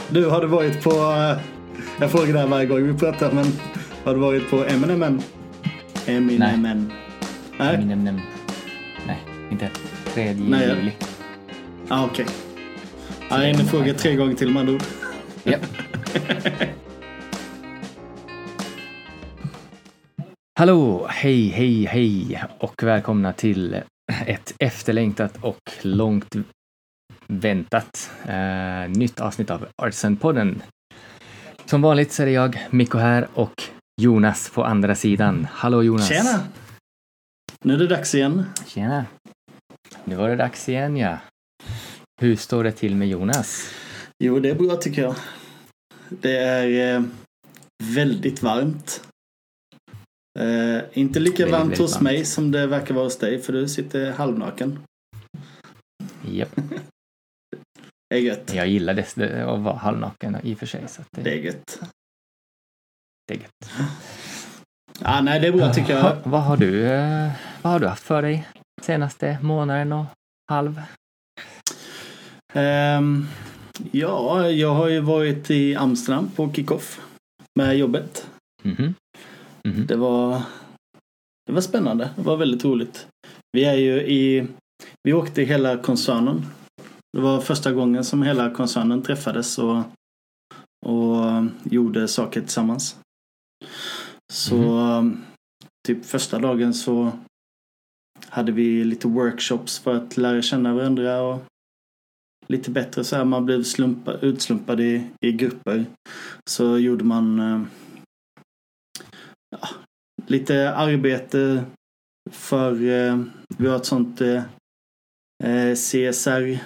Du, har du varit på... Jag frågar det här varje gång vi pratar, men har du varit på Eminem? Nej. Eminem. Nej, inte 3 juli. Okej. Jag frågar 3 gånger till med ord. Ja. Hallå, hej och välkomna till ett efterlängtat och långt väntat nytt avsnitt av Artisan-podden. Som vanligt så är det jag, Mikko här, och Jonas på andra sidan. Hallå Jonas. Tjena! Nu är det dags igen. Tjena. Nu var det dags igen, ja. Hur står det till med Jonas? Jo, det är bra tycker jag. Det är väldigt varmt. Inte lika varmt hos mig som det verkar vara hos dig, för du sitter halvnaken. Japp. Det är gött. Jag gillar det att vara halvnaken i och för sig. Så att det är gött. Det är gött. Ja, nej, det är bra tycker jag. Vad har du haft för dig senaste månaden och halv? Ja, jag har ju varit i Amsterdam på kick-off med jobbet. Mm-hmm. Det var spännande. Det var väldigt roligt. Vi åkte i hela koncernen. Det var första gången som hela koncernen träffades och gjorde saker tillsammans. Så typ första dagen så hade vi lite workshops för att lära känna varandra och lite bättre så här. Man blev utslumpad i grupper. Så gjorde man lite arbete för vi har ett sånt CSR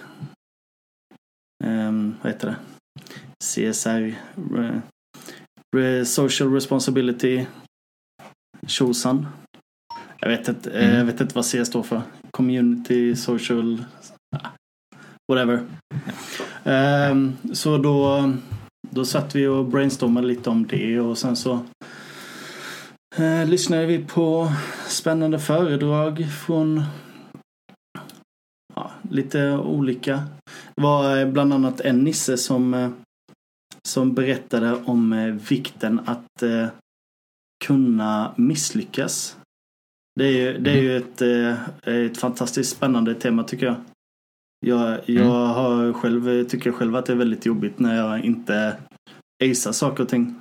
vad heter det? CSR Social Responsibility Tjosan. Jag vet inte vad C står för. Community Social whatever. Så då satt vi och brainstormade lite om det, och sen så lyssnade vi på spännande föredrag från lite olika. Det var bland annat en nisse som berättade om vikten att kunna misslyckas. Det är ju ett fantastiskt spännande tema tycker jag. Jag tycker själv att det är väldigt jobbigt när jag inte acear saker och ting.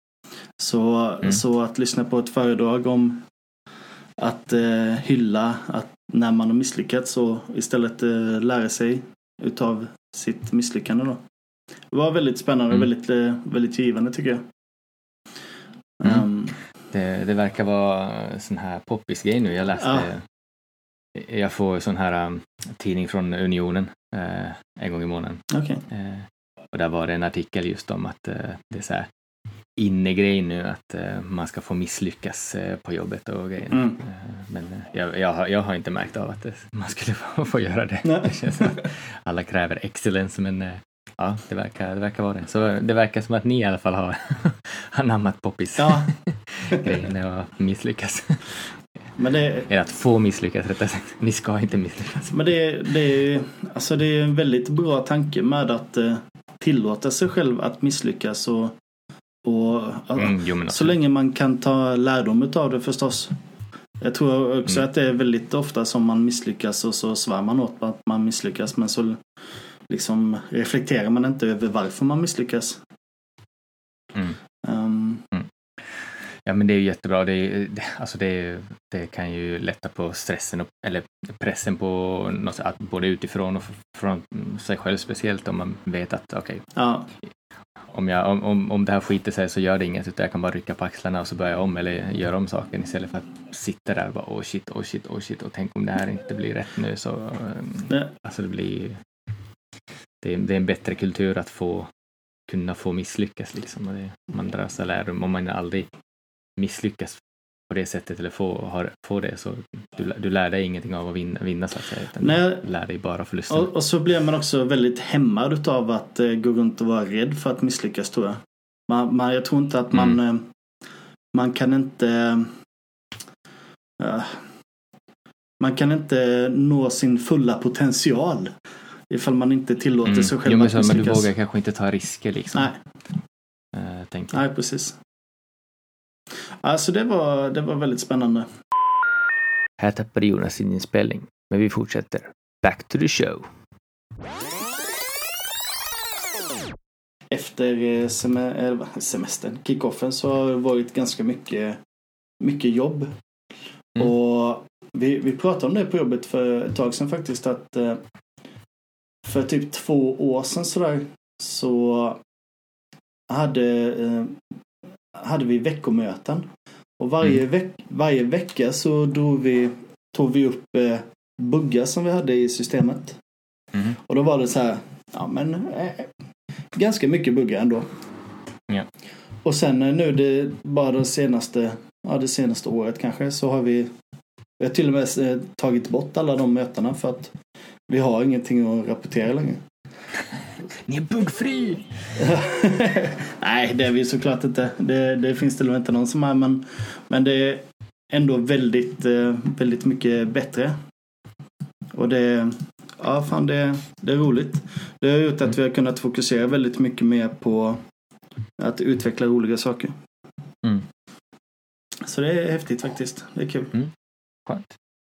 Så att lyssna på ett föredrag om att hylla att när man har misslyckats och istället lära sig utav sitt misslyckande då. Det var väldigt spännande och väldigt, väldigt givande tycker jag. Det verkar vara sån här poppis grej nu. Jag får sån här tidning från Unionen en gång i månaden. Okay. Och där var det en artikel just om att det är så här innegrej nu att man ska få misslyckas på jobbet och grejer. Men jag har inte märkt av att man skulle få göra det. Det känns som att alla kräver excellence, men ja, det verkar vara det. Så det verkar som att ni i alla fall har anammat poppis grejen och misslyckas. Men eller att få misslyckas rättare sagt. Ni ska inte misslyckas. Men det är en väldigt bra tanke med att tillåta sig själv att misslyckas och så länge man kan ta lärdom av det förstås. Jag tror också att det är väldigt ofta som man misslyckas och så svär man åt att man misslyckas, men så liksom reflekterar man inte över varför man misslyckas. Ja, men det är ju jättebra. Det kan ju lätta på stressen eller pressen på något sätt, både utifrån och från sig själv, speciellt om man vet att om det här skiter sig så gör det inget, utan jag kan bara rycka på axlarna och så börja om eller göra om saken istället för att sitta där och bara oh shit och tänk om det här inte blir rätt nu, så alltså det är en bättre kultur att kunna få misslyckas liksom, och man drar sig lärdom. Om man aldrig misslyckas på det sättet eller få det, så du lär dig ingenting av att vinna så att säga, utan du lär dig bara förlusten. Och så blir man också väldigt hämmad utav att gå runt och vara rädd för att misslyckas, tror jag. Jag tror inte att man kan inte nå sin fulla potential ifall man inte tillåter sig själv att misslyckas. Men du vågar kanske inte ta risker liksom. Nej. Nej, precis. Alltså det var väldigt spännande. Här tappade Jonas sin inspelning, men vi fortsätter. Back to the show. Efter semestern, kickoffen, så har det varit ganska mycket jobb. Och vi pratade om det på jobbet för ett tag sedan faktiskt, att för typ 2 år sedan sådär, så hade vi veckomöten. Och varje vecka så tog vi upp buggar som vi hade i systemet. Och då var det så här, ganska mycket buggar ändå. Ja. Och sen nu det senaste året kanske, så har vi till och med tagit bort alla de mötena för att vi har ingenting att rapportera längre. Ni är buggfri! Nej, det är vi såklart inte. Det finns till och med inte någon som är, men det är ändå väldigt, väldigt mycket bättre. Och det är roligt. Det har gjort att vi har kunnat fokusera väldigt mycket mer på att utveckla roliga saker. Så det är häftigt faktiskt. Det är kul. Skönt.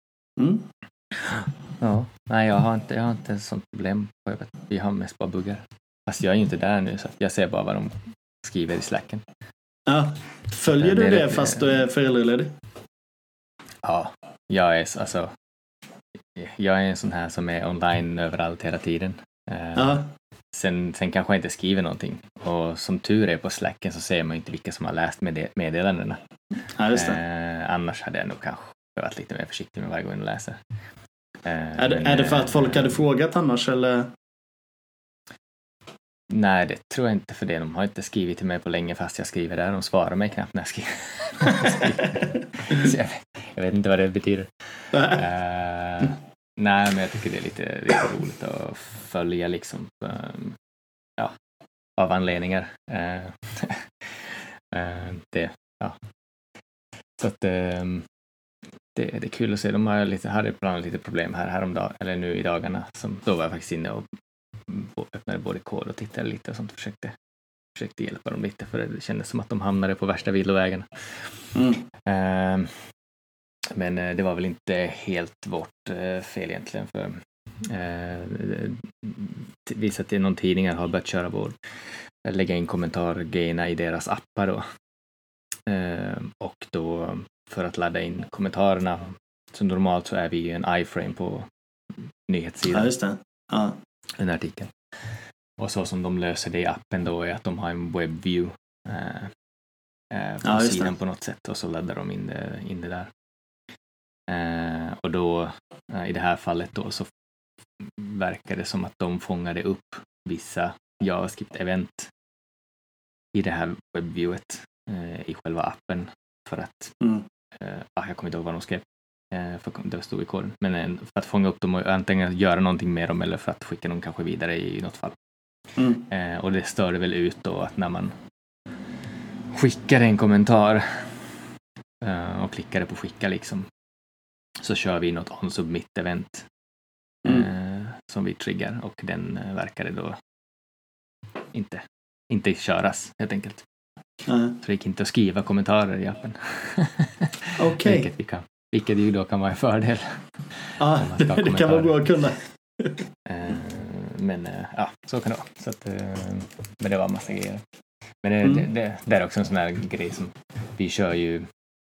Ja, nej, jag har inte ett sånt problem på jobbet. Vi har mest bara buggar. Fast jag är ju inte där nu, så jag ser bara vad de skriver i Slacken. Ja, följer du det fast du är föräldraledig? Ja, jag är en sån här som är online överallt hela tiden. Sen kanske jag inte skriver någonting. Och som tur är på Slacken så ser man inte vilka som har läst meddelandena. Ja, just det. Annars hade jag nog kanske varit lite mer försiktig med varje gång jag läser. Är det för att folk hade frågat annars, eller? Nej, det tror jag inte, för det. De har inte skrivit till mig på länge fast jag skriver där. De svarar mig knappt när jag skriver. Så jag vet inte vad det betyder. Nej, men jag tycker det är lite roligt att följa liksom, av anledningar. Så att det är kul att se. De hade ibland lite problem häromdagen, eller nu i dagarna, som då var jag faktiskt inne och öppnade både kod och tittade lite och sånt, försökte hjälpa dem lite, för det kändes som att de hamnade på värsta villovägen. Men det var väl inte helt vårt fel egentligen, för visat att någon tidningar har börjat lägga in kommentargrejerna i deras appar då. Och då för att ladda in kommentarerna, så normalt så är vi en iframe på nyhetssidan. Ja, just det. Ja. En artikel. Och så som de löser det i appen då är att de har en webbview på sidan på något sätt, och så laddar de in det där. Och då i det här fallet då så verkar det som att de fångade upp vissa JavaScript-event i det här webbviewet i själva appen, för att jag kommer inte ihåg vad de skrev, för det stod i koden, men för att fånga upp dem och antingen göra någonting med dem eller för att skicka dem kanske vidare i något fall. Och det störde väl ut då att när man skickar en kommentar och klickar på skicka liksom, så kör vi något on-submit-event som vi triggar, och den verkade då inte köras helt enkelt. Så det gick inte att skriva kommentarer i appen. Okej. Vilket ju då kan vara en fördel. Ja, det kan vara bra att kunna. Men så kan det vara. Så att, men det var en massa grejer. Men det är också en sån här grej som vi kör ju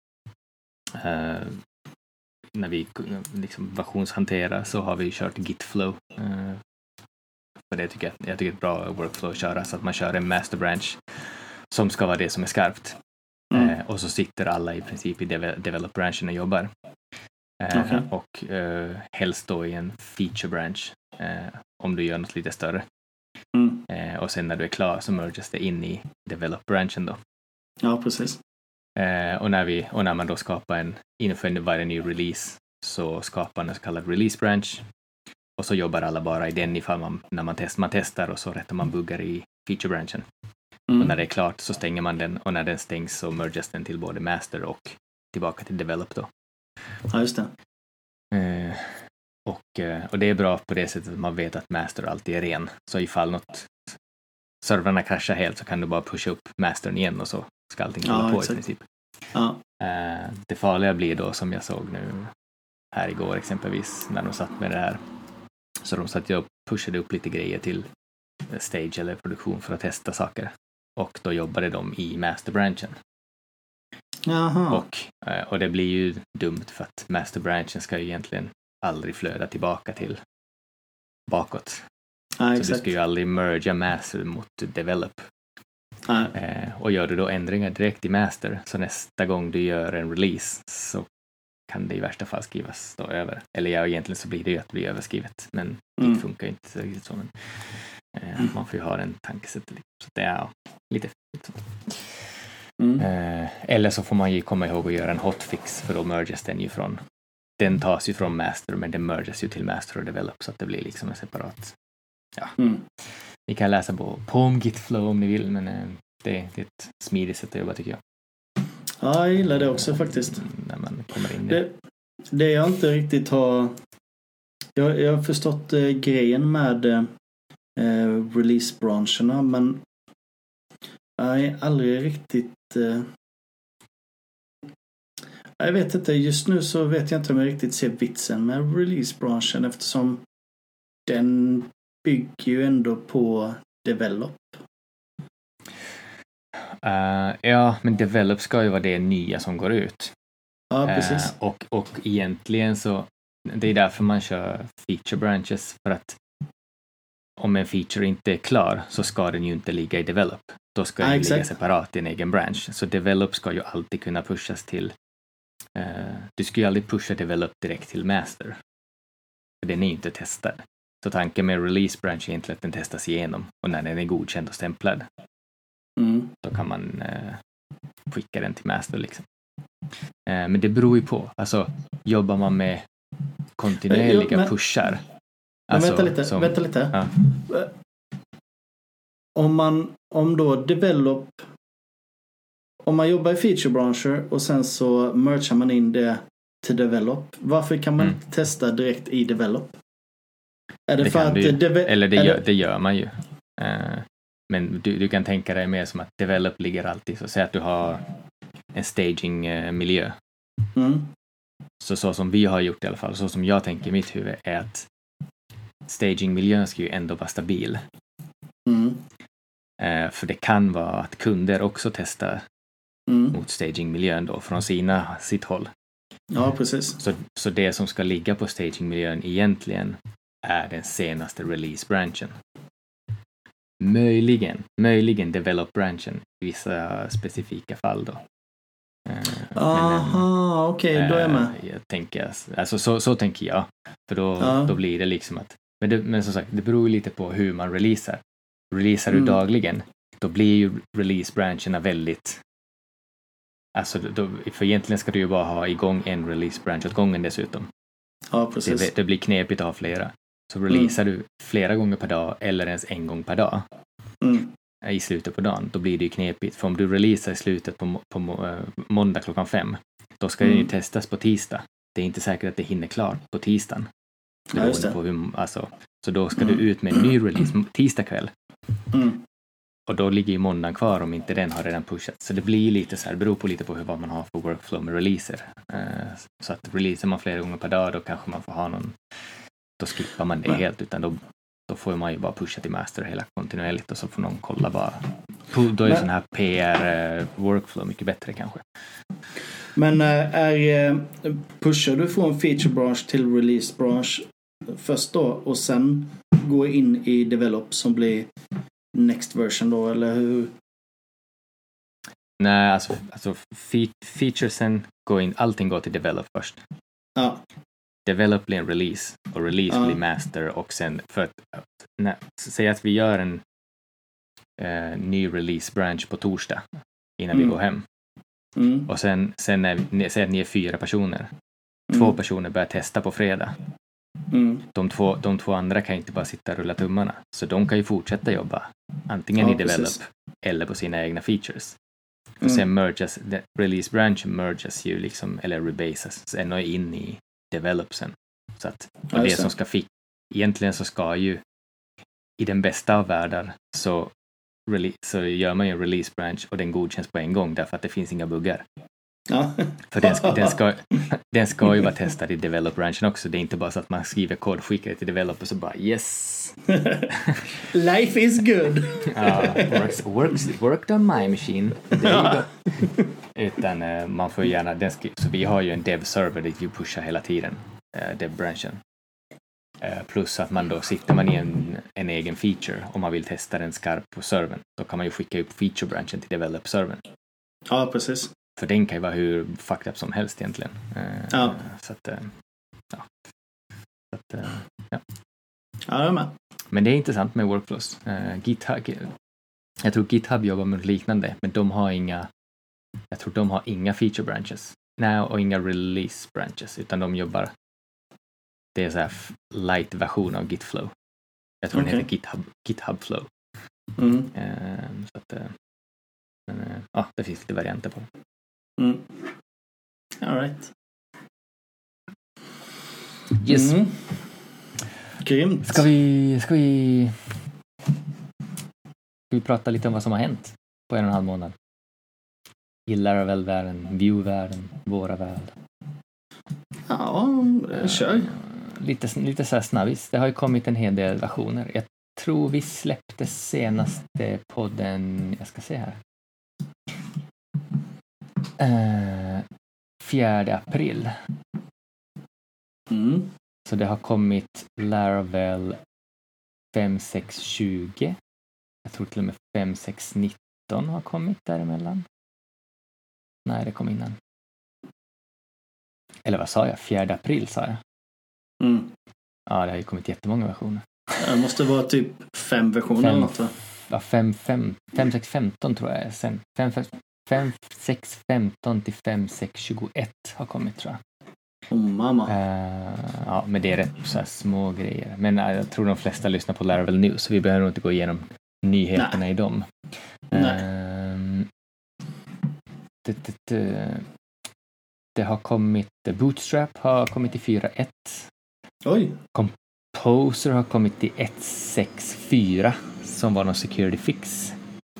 när vi liksom versionshanterar, så har vi kört Gitflow. För det tycker jag tycker ett bra workflow att köra, så att man kör en master branch som ska vara det som är skarpt. Och så sitter alla i princip i develop branchen och jobbar. Och helst då i en feature branch om du gör något lite större. Och sen när du är klar så merges det in i develop branchen då. Ja, precis. Och när man då skapar inför varje ny release, så skapar man en så kallad release branch, och så jobbar alla bara i den ifall man testar, och så rättar man buggar i feature branchen. Och när det är klart så stänger man den, och när den stängs så merges den till både master och tillbaka till develop då. Ja, just det. Och det är bra på det sättet att man vet att master alltid är ren. Så ifall servrarna kraschar helt så kan du bara pusha upp mastern igen och så ska allting hålla på exakt. I princip. Ja. Det farliga blir då, som jag såg nu här igår exempelvis, när de satt med det här. Så de satt ju och pushade upp lite grejer till stage eller produktion för att testa saker. Och då jobbade de i masterbranchen. Jaha. Och det blir ju dumt för att masterbranchen ska ju egentligen aldrig flöda tillbaka till bakåt. Ja, så du ska ju aldrig merga master mot develop. Och gör du då ändringar direkt i master, så nästa gång du gör en release så kan det i värsta fall skrivas då över. Eller egentligen så blir det ju att bli överskrivet, men det funkar ju inte så riktigt så. Men, man får ju ha en tankesätt. Så det är lite fint. Eller så får man ju komma ihåg att göra en hotfix, för då merges den ju från, den tas ju från master, men den merges ju till master och develop, så att det blir liksom en separat. Ja. Ni kan läsa på om Gitflow om ni vill, men det är ett smidigt sätt att jobba, tycker jag. Ja, jag gillar det också faktiskt. När man kommer in det jag inte riktigt har... Jag har förstått grejen med release-branscherna, men jag är aldrig riktigt... jag vet inte, just nu så vet jag inte om jag riktigt ser vitsen med release-branschen, eftersom den bygger ju ändå på develop. Ja, men develop ska ju vara det nya som går ut. Ja, precis. Och egentligen så, det är därför man kör feature branches, för att om en feature inte är klar så ska den ju inte ligga i develop. Då ska den ligga separat i en egen branch. Så develop ska ju alltid kunna pushas till, du ska ju aldrig pusha develop direkt till master. För den är ju inte testad. Så tanken med release branch är egentligen att den testas igenom, och när den är godkänd och stämplad då kan man skicka den till master liksom. Men det beror ju på. Alltså, jobbar man med kontinuerliga pushar. Alltså, vänta lite. Ja. Om då develop, om man jobbar i feature branscher och sen så merchar man in det till develop, varför kan man inte testa direkt i develop? Är det för att det gör man ju. Men du kan tänka dig mer som att develop ligger alltid. Så säg att du har en staging-miljö. Så som vi har gjort i alla fall, så som jag tänker i mitt huvud, är att staging-miljön ska ju ändå vara stabil. För det kan vara att kunder också testar mot staging-miljön då från sitt håll. Ja, precis. Så det som ska ligga på staging-miljön egentligen är den senaste release-branchen. Möjligen develop-branchen i vissa specifika fall då. Aha, okej, då är jag med. Jag tänker, alltså så tänker jag. För då blir det liksom att, men som sagt, det beror ju lite på hur man releasar. Releasar du dagligen, då blir ju release-branscherna väldigt, alltså för egentligen ska du ju bara ha igång en release-branch åt gången dessutom. Ja, precis. Det blir knepigt att ha flera. Så releasar du flera gånger per dag eller ens en gång per dag i slutet på dagen, då blir det ju knepigt. För om du releasar i slutet på måndag 5:00, då ska det ju testas på tisdag. Det är inte säkert att det hinner klart på tisdagen. Så då ska du ut med en ny release tisdag kväll. Och då ligger ju måndagen kvar om inte den har redan pushat. Så det blir lite så här, det beror på lite på vad man har för workflow med releaser. Så att releasar man flera gånger per dag, då kanske man får ha någon, då skippar man det helt, utan då får man ju bara pusha till master hela kontinuerligt, och så får någon kolla bara. Då är sån här PR-workflow mycket bättre kanske. Men pushar du från feature branch till release branch först då, och sen gå in i develop som blir next version då, eller hur? Nej, alltså featuresen går in, allting går till develop först. Ja. Develop blir en release, och release blir master, och sen säg att vi gör en ny release branch på torsdag innan vi går hem. Och sen säg att ni är 4 personer. 2 personer börjar testa på fredag. De två andra kan inte bara sitta och rulla tummarna, så de kan ju fortsätta jobba antingen i develop eller på sina egna features. För sen merges, release branch merges ju liksom, eller rebasas ännu in i develop sen. Så att och det som ska egentligen så ska ju i den bästa av världar så gör man ju en release branch och den godkänns på en gång därför att det finns inga buggar. Ja. För den ska ju vara testad i develop branchen också. Det är inte bara så att man skriver kod, skickar det till developer så bara yes. Life is good. Worked on my machine. Utan man får gärna så vi har ju en dev-server dit vi pushar hela tiden dev-branchen. Plus att man då sitter man i en egen feature om man vill testa den skarp på servern. Då kan man ju skicka upp feature-branchen till develop-servern. Ja, precis. För den kan ju vara hur fucked up som helst egentligen. Ja. Så att, ja. Ja, det är med. Men det är intressant med workflows. Jag tror GitHub jobbar med liknande, men de har inga feature branches. Nej, och inga release branches, utan de jobbar det är så här light version av GitFlow. Jag tror den heter GitHub Flow. Så att det finns lite varianter på det. All right. Yes. Grymt. Ska vi prata lite om vad som har hänt på 1,5 månad? I Laravel-världen, Vue-världen, våra värld. Ja, kör. Lite så här snabbis. Det har ju kommit en hel del versioner. Jag tror vi släppte senaste podden, jag ska se här. 4 april. Så det har kommit Laravel 5.6.20. Jag tror till och med 5.6.19 har kommit däremellan. Nej, det kom innan. Eller vad sa jag? 4 april sa jag. Ja, det har ju kommit jättemånga versioner. Det måste vara typ 5 versioner eller något, va? Ja, 5.6.15 tror jag. Sen 5.6.15 till 5.6.21 har kommit, tror jag. Mamma. Ja, men det är rätt så här små grejer. Men jag tror de flesta lyssnar på Laravel News, så vi behöver nog inte gå igenom nyheterna i dem. Det har kommit, Bootstrap har kommit i 4.1. Oj. Composer har kommit i 1.6.4 som var någon security fix.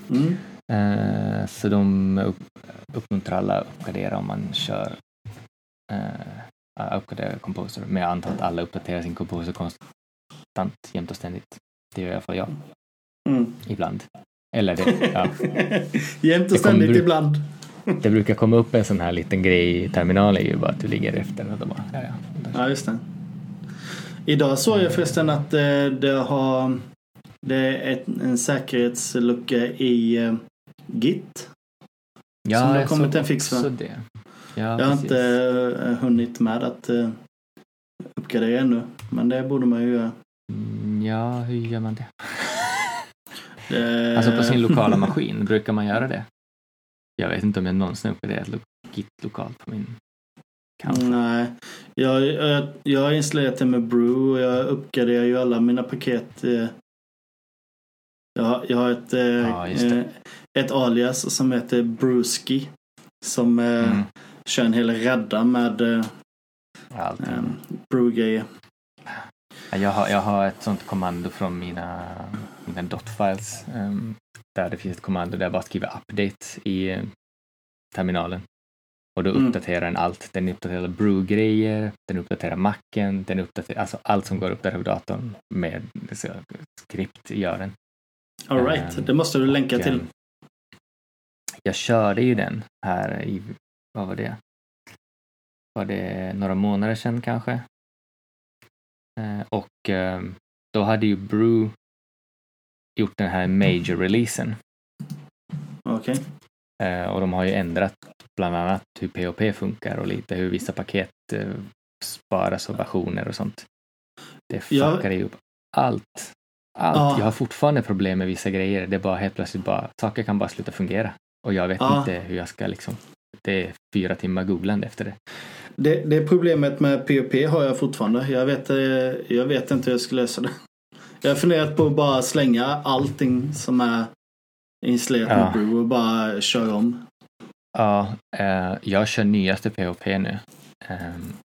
Så de uppmuntrar alla att uppgradera om man kör uppgradera Composer. Men jag antar att alla uppdaterar sin Composer konstant, jämt och ständigt. Det gör i alla fall jag. Ibland. Eller det, ja. Jämt och ständigt ibland. Det brukar komma upp en sån här liten grej i terminalen ju bara att du ligger efter och då bara, ja, just det. Idag såg jag förresten att det är en säkerhetslucka i Git. Ja, som det har kommit en fix, va? Det. Ja, jag har inte hunnit med att uppgradera ännu, men det borde man ju göra. Ja, hur gör man det? Alltså på sin lokala maskin, brukar man göra det? Jag vet inte om jag någonsin uppgraderat Git lokalt på min kanske. Nej, jag har installerat det med Brew och jag uppgraderar ju alla mina paket. Jag har ett alias som heter Brewski som kör en hel radda med brew-grejer. Jag har ett sånt kommando från mina dot-files där det finns ett kommando där jag bara skriver update i terminalen. Och då uppdaterar den allt. Den uppdaterar brew-grejer, den uppdaterar macken, den uppdaterar alltså allt som går upp där på datorn med skript gör den. All right, det måste du länka till. Jag körde ju den här i, vad var det? Var det några månader sedan kanske? Och då hade ju Brew gjort den här major-releasen. Okej. Och de har ju ändrat bland annat hur POP funkar och lite hur vissa paket sparas och versioner och sånt. Det fuckar ju upp allt. Jag har fortfarande problem med vissa grejer. Det är bara helt plötsligt saker kan bara sluta fungera. Och jag vet inte hur jag ska liksom. Det är 4 timmar googlande efter det. Det problemet med POP har jag fortfarande. Jag vet inte hur jag ska lösa det. Jag har funderat på att bara slänga allting som är installerat med Brew och bara köra om. Ja, jag kör nyaste POP nu.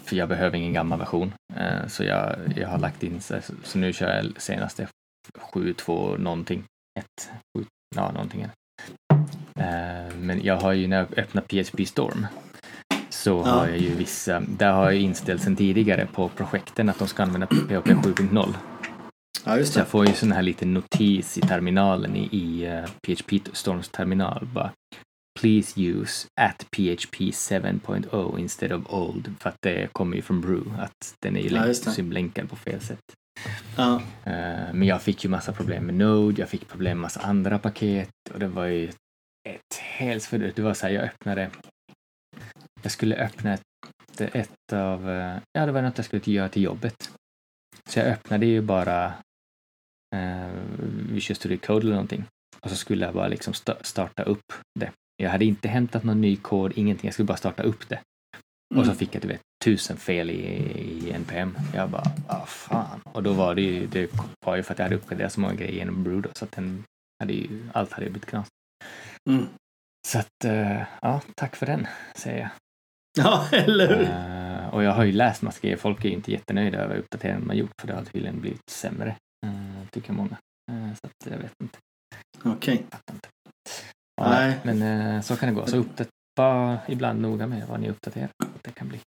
för jag behöver ingen gammal version. Så jag har lagt in så nu kör jag senaste 7.2 någonting. 1.7, ja någonting. Men jag har ju när jag öppnar PHP Storm så har jag ju där har jag inställt sedan tidigare på projekten att de ska använda PHP 7.0. Ja, just det. Så jag får ju sån här liten notis i terminalen i PHP Storms terminal bara please use @php 7.0 instead of old, för att det kommer ju från Brew, att den är ju symlänkad på fel sätt. Ja. Men jag fick ju massa problem med Node, jag fick problem med massa andra paket och det var ju ett helsförut. Det var så här, jag skulle öppna ett av, det var något jag skulle göra till jobbet. Så jag öppnade ju bara Visual Studio Code eller någonting. Och så skulle jag bara liksom starta upp det. Jag hade inte hämtat någon ny kod, ingenting. Jag skulle bara starta upp det. Och så fick jag 1000 fel i NPM. Jag bara, fan. Och då var det var ju för att jag hade uppgraderat så många grejer genom Brew då, så att allt hade blivit knas. Så att, tack för den, säger jag. Ja, eller hur? Och jag har ju läst massa grejer. Folk är ju inte jättenöjda över uppdateringen man gjort, för det har tydligen blivit sämre. Tycker många. Så att jag vet inte. Okej. Ja, nej. Men så kan det gå. Så var ibland noga med vad ni uppdaterar. Det kan bli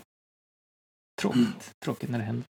tråkigt när det händer.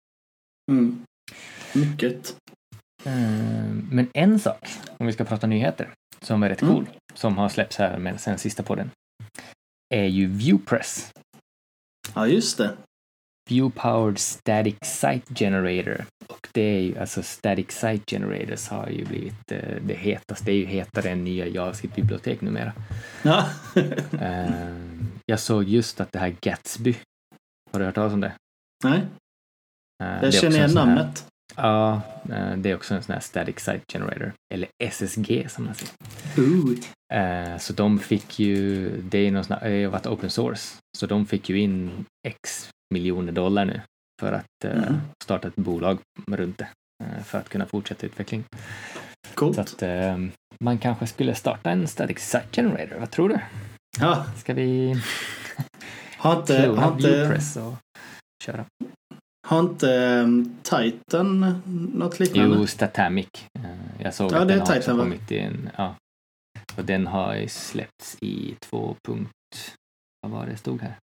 Mycket. Men en sak, om vi ska prata nyheter, som är rätt cool, som har släppts här med sen sista podden, är ju ViewPress. Ja, just det. View-powered Static Site Generator. Och det är ju, alltså Static Site Generators har ju blivit det hetaste. Det är ju hetare än nya JavaScript-bibliotek numera. Ja. Jag såg just att det här Gatsby, har du hört talas om det? Nej. Jag känner igen namnet. Ja, det är också en sån här Static Site Generator. Eller SSG som man säger. Så de fick ju, det är någon sån här, det har varit open source. Så de fick ju in X miljoner dollar nu för att starta ett bolag runt det. För att kunna fortsätta utveckling. Coolt. Så att man kanske skulle starta en Static Site Generator. Vad tror du? Ja. Ska vi har inte ViewPress och köra? Har inte Titan något liknande? Jo, Statamic. Jag såg att det den är har Titan, också kommit in. Ja. Och den har släppts i 2. Vad var det stod här?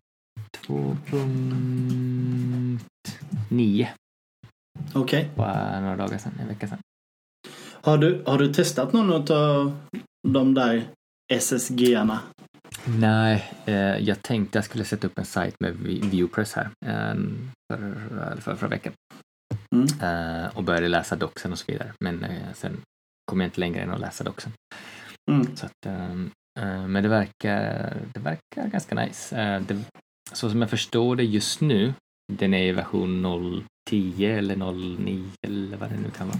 2.9. Okej. Bara några dagar sedan, en vecka sedan. Har du testat någon av de där SSG-arna? Nej, jag tänkte jag skulle sätta upp en sajt med ViewPress här förra veckan. Och började läsa doxen och så vidare. Men sen kom jag inte längre än att läsa doxen. Så att, men det verkar ganska nice. Så som jag förstår det just nu, den är i version 0.10 eller 0.9 eller vad det nu kan vara.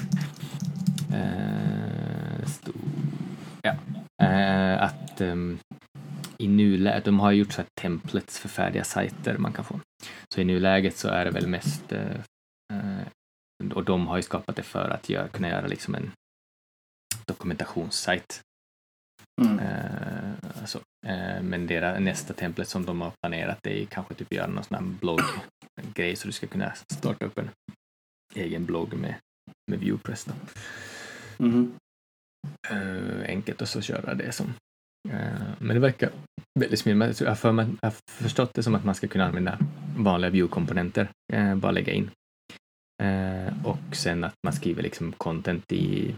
Att i nuläget, de har gjort så här templates för färdiga sajter man kan få. Så i nuläget så är det väl mest och de har ju skapat det för att kunna göra liksom en dokumentationssajt. Men nästa template som de har planerat är kanske typ göra någon sån här blogggrej så du ska kunna starta upp en egen blogg med ViewPress då. Enkelt och så köra det som men det verkar väldigt smidigt. Jag har förstått det som att man ska kunna använda vanliga view-komponenter, bara lägga in och sen att man skriver liksom content i,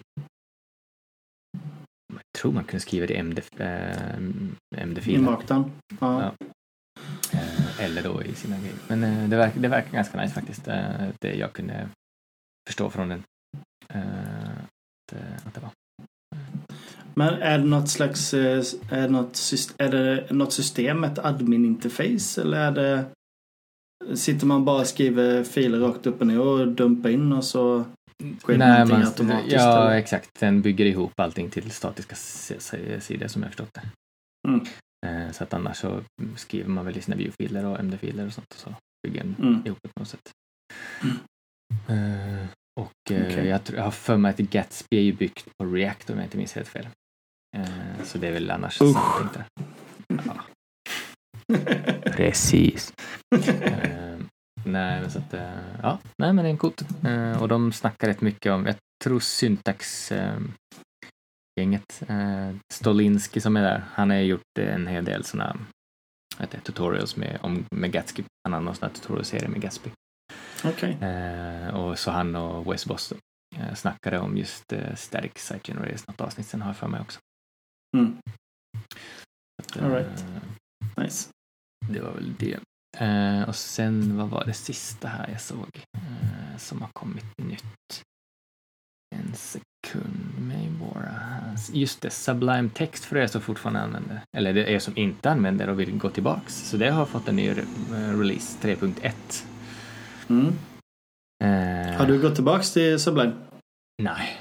jag tror man kunde skriva det i MD-filer. Inmaktan. Ja. Eller då i sina grejer. Men det verkar ganska nice faktiskt. Det jag kunde förstå från den att det var. Men är det något slags är det något system, ett admin-interface, eller sitter man bara och skriver filer rakt upp och ner och dumpar in och så sker någonting automatiskt? Ja, eller? exakt. Den bygger ihop allting till statiska sidor som jag förstått det. Så att annars så skriver man väl i sina view-filer och MD-filer och sånt och så bygger den ihop det på något sätt. Jag har för mig att Gatsby är ju byggt på React om jag inte minns helt fel. Så det är väl annars samma där. Ja. Precis. Nej, men så att, ja, nej, men det är coolt. Och de snackar rätt mycket om, jag tror Syntax gänget, Stolinski som är där, han har gjort en hel del såna tutorials med Gatsby. Han har någon sån här tutorial-serie med Gatsby. Okej. Och så han och Wes Boston snackade om just Static Site Generators, något avsnitt sen har jag för mig också. All right. Nice. Det var väl det. Och sen, vad var det sista här jag såg som har kommit nytt? En sekund mig bara. Just det, Sublime Text för er som fortfarande använder. Eller det är som inte använder och vill gå tillbaks. Så det har fått en ny release 3.1. Har du gått tillbaks till Sublime? Nej.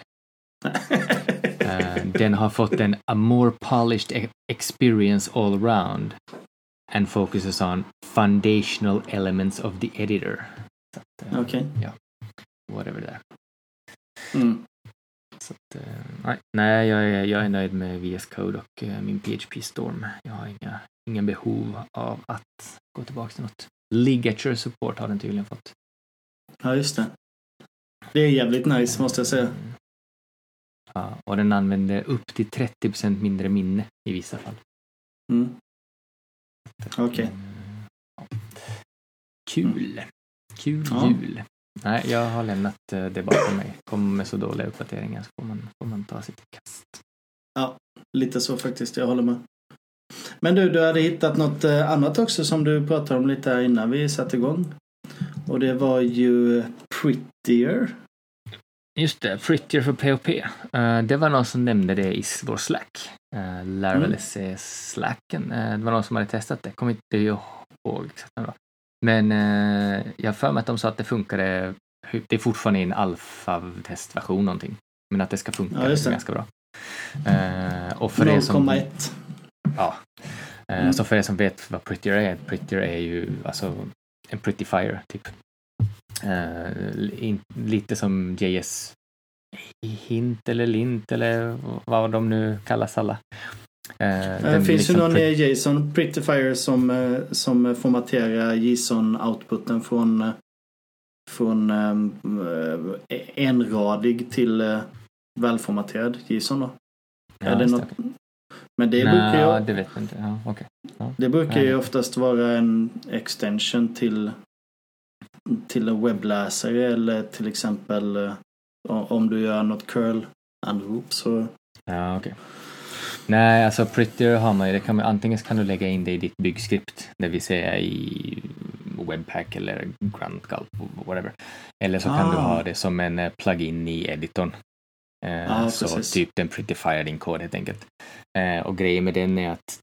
Den har fått en a more polished experience all around and focuses on foundational elements of the editor. Okej. Ja, whatever that. Så att, nej, jag är nöjd med VS Code och min PHP Storm. Jag har ingen behov av att gå tillbaka till något. Ligature support har den tydligen fått. Ja, just det. Det är jävligt nice, måste jag säga. Ja, och den använder upp till 30% mindre minne i vissa fall. Okej. Kul. Jul. Nej, jag har lämnat det bakom mig. Kommer med så dåliga uppdateringar så får man ta sitt kast. Ja, lite så faktiskt. Jag håller med. Men du hade hittat något annat också som du pratade om lite här innan vi satte igång. Och det var ju Prettier. Just det, Prettier för PHP. Det var någon som nämnde det i vår Slack. Laravel Slacken. Det var någon som hade testat det. Kommer inte ihåg exakt vad. Men jag för mig att de sa att det funkade. Det är fortfarande en alfa-testversion någonting. Men att det ska funka ganska bra. Och för 0,1. Ja. Så för er som vet vad Prettier är ju alltså en prettifier typ. Lite som JS Hint eller Lint eller vad de nu kallas alla. Det finns liksom ju någon JSON prettifier som formaterar JSON-outputen från enradig till välformaterad JSON då. Ja, är det något? Men det brukar ju... det vet jag inte. Ja, okay. Ja. Det brukar ju oftast vara en extension till en webbläsare eller till exempel om du gör något curl-anrop så... Ja, okej. Nej, alltså Prettier har man ju, antingen kan du lägga in det i ditt byggskript, det vill säga i Webpack eller Grunt Gulp, whatever. Eller så kan du ha det som en plugin i editorn. Så precis. Typ den prettifier din kod helt enkelt. Och grejen med den är att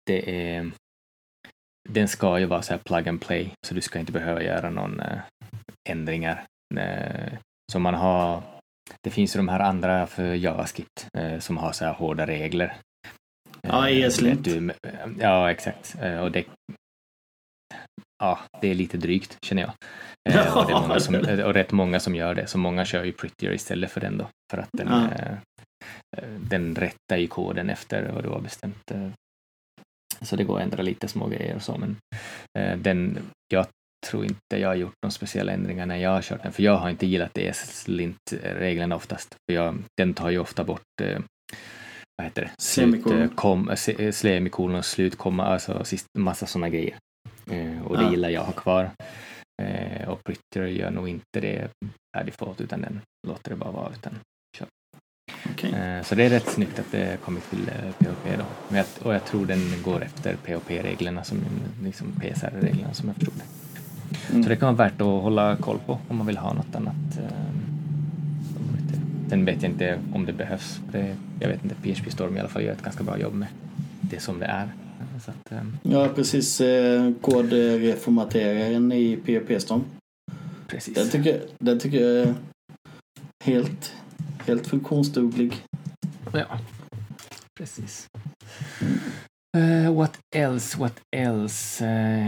den ska ju vara så här plug and play, så du ska inte behöva göra någon ändringar. Så man har, det finns ju de här andra för JavaScript som har så här hårda regler. Ja, ESLint. Ja, exakt. Och det är lite drygt, känner jag. Och det är många och rätt många som gör det. Så många kör ju Prettier istället för den då. För att den rättar ju koden efter vad du har bestämt. Så det går att ändra lite små grejer och så. Men jag tror inte jag har gjort några speciella ändringar när jag har kört den. För jag har inte gillat ESLint-reglerna oftast. För den tar ju ofta bort vad heter det? Semikolon och slutkomma, alltså massa sådana grejer. Och det gillar jag att ha kvar. Och Prettier gör nog inte det per default, utan den låter det bara vara, utan kör. Okay. Så det är rätt snyggt att det kommit till PHP då. Och jag tror den går efter PHP-reglerna som liksom PSR-reglerna som jag förstod det. Så det kan vara värt att hålla koll på om man vill ha något annat. Sen vet jag inte om det behövs. Jag vet inte, PHP Storm i alla fall gör ett ganska bra jobb med det som det är. Så att, ja, precis. Kodreformateraren i PHP Storm. Precis. Den tycker jag är helt funktionsduglig. Ja, precis. What else?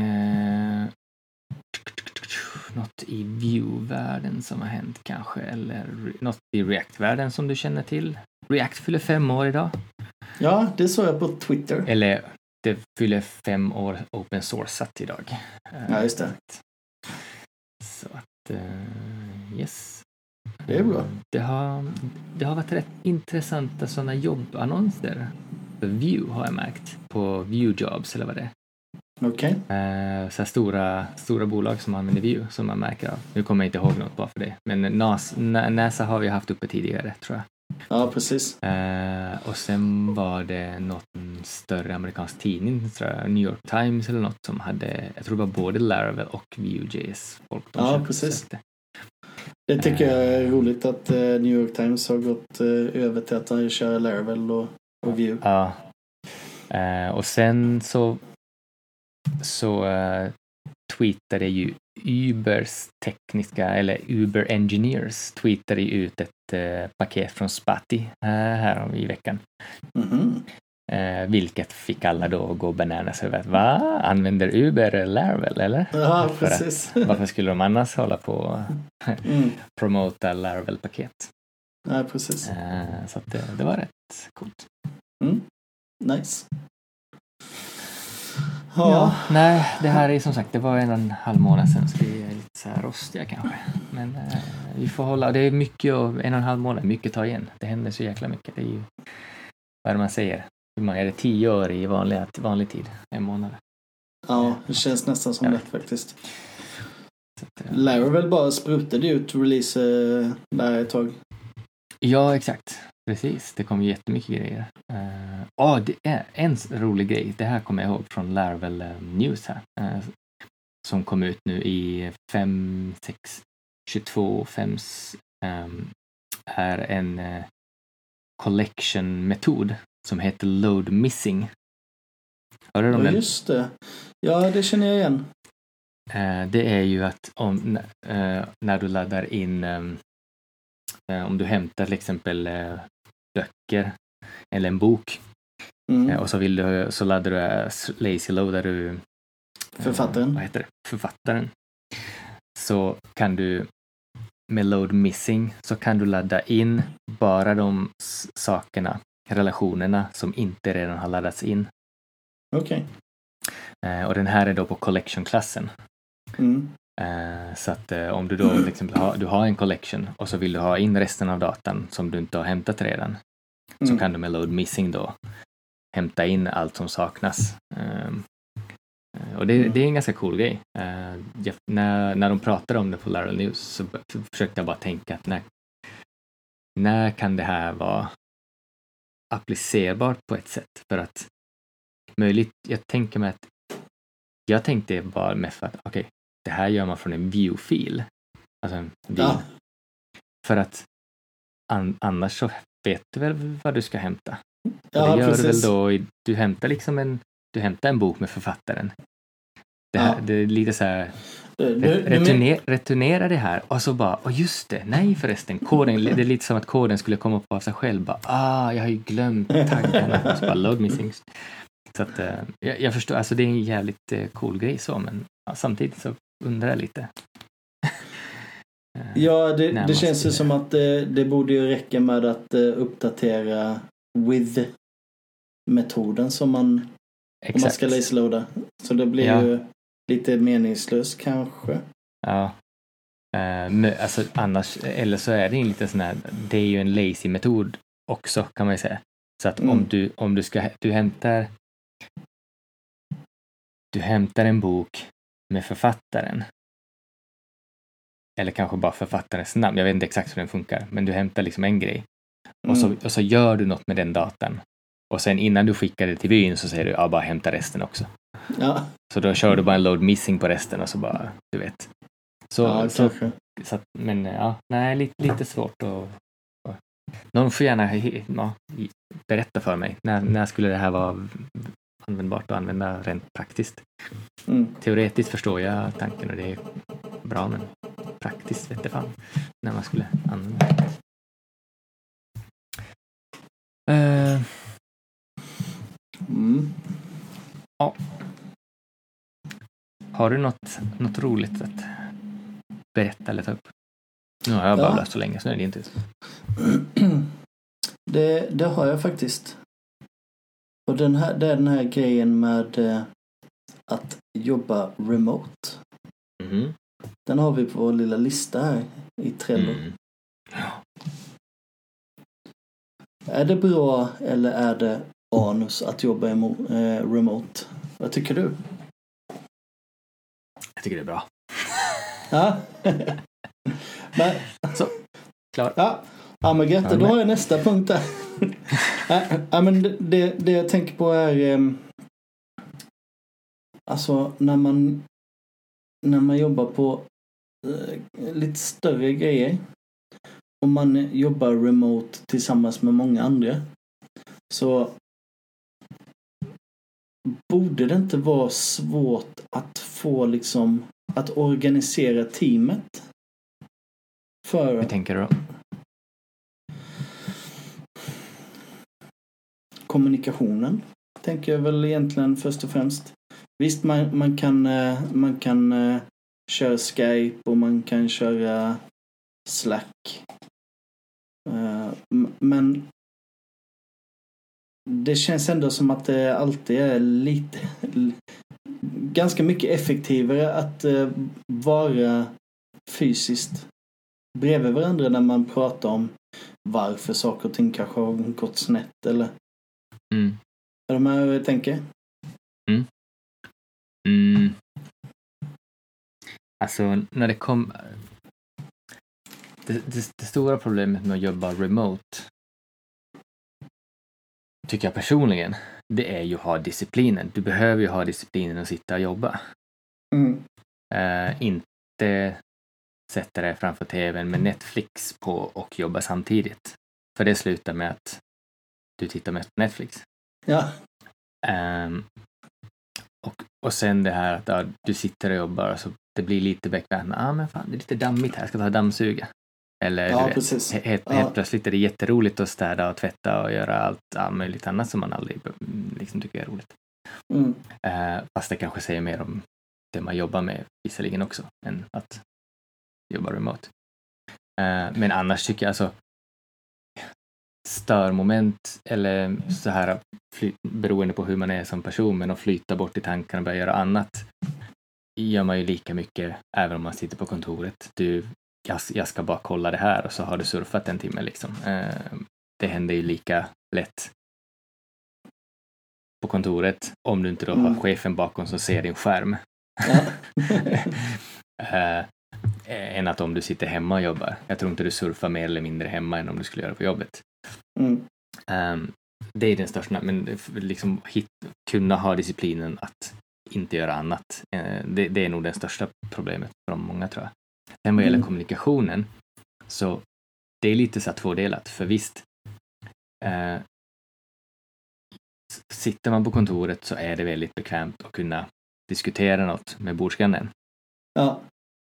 Något i Vue-världen som har hänt kanske, eller något i React-världen som du känner till. React fyller 5 år idag. Ja, det såg jag på Twitter. Eller det fyller 5 år open sourceat idag. Ja, just det. Så att, yes. Det är bra. Det har varit rätt intressanta sådana jobbannonser för Vue har jag märkt. På Vue Jobs eller vad det är. Okej. Så här stora bolag som använder Vue som man märker av. Nu kommer jag inte ihåg något bara för det. Men NASA har vi haft uppe tidigare, tror jag. Ja, precis. Och sen var det något större amerikansk tidning, tror jag, New York Times eller något som hade, jag tror det var både Laravel och Vue.js. Ja, precis. Det tycker jag är roligt att New York Times har gått över till att köra Laravel och Vue. Ja. Och sen så tweetade ju Ubers tekniska, eller Uber Engineers tweetade ut ett paket från Spati här i veckan. Mm-hmm. Vilket fick alla då att gå bananas över att använder Uber Laravel eller? Ja, precis. Varför skulle de annars hålla på och promota Laravel-paket? Ja, precis. Så att det var rätt coolt. Nice. Ja, nej, det här är som sagt, det var 1,5 månad sedan så det är lite så här rostiga kanske. Men vi får hålla, det är mycket och 1,5 månad, mycket ta igen. Det händer så jäkla mycket. Det är ju, vad är det man säger? Hur många är det? 10 år i vanlig tid? 1 månad? Ja, det känns nästan som det faktiskt. Laravel bara sprutade ut release där ett tag. Ja, exakt. Precis, det kom jättemycket grejer. Det är en rolig grej. Det här kommer jag ihåg från Laravel News här. Som kom ut nu i 5.6.22.5 är en collection-metod som heter load missing. Har du den? Just det. Ja, det känner jag igen. Det är ju att när du laddar in om du hämtar till exempel böcker eller en bok och så laddar du lazy loadar du författaren. Vad heter det? Författaren. Så kan du med load missing så kan du ladda in bara de sakerna, relationerna som inte redan har laddats in. Okej. Och den här är då på collection-klassen. Så att om du då till exempel du har en collection och så vill du ha in resten av datan som du inte har hämtat redan så kan du med load missing då hämta in allt som saknas. Och det är en ganska cool grej. När de pratade om det på Laravel News så försökte jag bara tänka att när kan det här vara applicerbart på ett sätt för att möjligt, jag tänkte bara med för att okej, det här gör man från en view-fil. Alltså en view. Ja. För att annars så vet du väl vad du ska hämta. Ja, det gör precis. Du väl då, du hämtar en bok med författaren. Det är lite så här returnera det här och så bara, just det, nej förresten, koden, det är lite som att koden skulle komma upp av sig själv. Bara, jag har ju glömt taggarna och så bara load missing. Så att jag förstår, alltså det är en jävligt cool grej så, men samtidigt så undrar jag lite. Ja, det känns ju som att det borde ju räcka med att uppdatera with-metoden som man om man ska lazy-loada. Så det blir ju lite meningslöst kanske. Ja. Alltså annars, eller så är det lite sån här, det är ju en lazy-metod också kan man ju säga. Så att om du hämtar en bok med författaren eller kanske bara författarens namn, jag vet inte exakt hur den funkar, men du hämtar liksom en grej och så gör du något med den datan och sen innan du skickar det till byn så säger du, bara hämta resten också. Ja. Så då kör du bara en load missing på resten och så bara, du vet. Så men lite svårt att någon får gärna berätta för mig när skulle det här vara användbart att använda rent praktiskt. Teoretiskt förstår jag tanken och det är bra, men praktiskt vet jag fan när man skulle använda det. Ja. Har du något roligt att berätta eller ta upp? Nu har jag babblat så länge så är det inte. Det har jag faktiskt. Och det är den här grejen med att jobba remote. Mm. Den har vi på vår lilla lista här i Trello. Ja. Är det bra eller är det anus att jobba remote? Vad tycker du? Jag tycker det är bra. Ja. Men, så, klar. Ja, men gött, då har jag nästa punkt där. Ja, men det jag tänker på är alltså när man jobbar på lite större grejer och man jobbar remote tillsammans med många andra, så borde det inte vara svårt att få liksom att organisera teamet för... Hur tänker du då? Kommunikationen tänker jag väl egentligen först och främst. Visst, man kan köra Skype och man kan köra Slack. Men det känns ändå som att det alltid är ganska mycket effektivare att vara fysiskt bredvid varandra när man pratar om varför saker och ting kanske har gått snett eller... Är du med vad jag tänker? Alltså när det kom... Det stora problemet med att jobba remote, tycker jag personligen, det är ju att ha disciplinen. Du behöver ju ha disciplinen att sitta och jobba. Inte sätta dig framför tvn med Netflix på och jobba samtidigt. För det slutar med att du tittar mest på Netflix. Ja. Och sen det här att du sitter och jobbar så det blir lite bekvämt. Men fan, det är lite dammigt här. Jag ska ta dammsuga. Eller ja, du vet, helt plötsligt är det jätteroligt att städa och tvätta och göra allt möjligt annat som man aldrig liksom tycker är roligt. Fast det kanske säger mer om det man jobbar med visserligen också än att jobba remote. Men annars tycker jag alltså störmoment eller så här beroende på hur man är som person, men att flyta bort i tankarna och börja göra annat gör man ju lika mycket även om man sitter på kontoret. Jag ska bara kolla det här och så har du surfat en timme liksom. Det händer ju lika lätt på kontoret om du inte då har chefen bakom som ser din skärm. Än att om du sitter hemma och jobbar. Jag tror inte du surfar mer eller mindre hemma än om du skulle göra på jobbet. Det är den största, men liksom kunna ha disciplinen att inte göra annat. Det är nog det största problemet för många, tror jag. Sen vad gäller kommunikationen, så det är lite så här tvådelat. För visst, sitter man på kontoret så är det väldigt bekvämt att kunna diskutera något med bordsgrannen. Ja.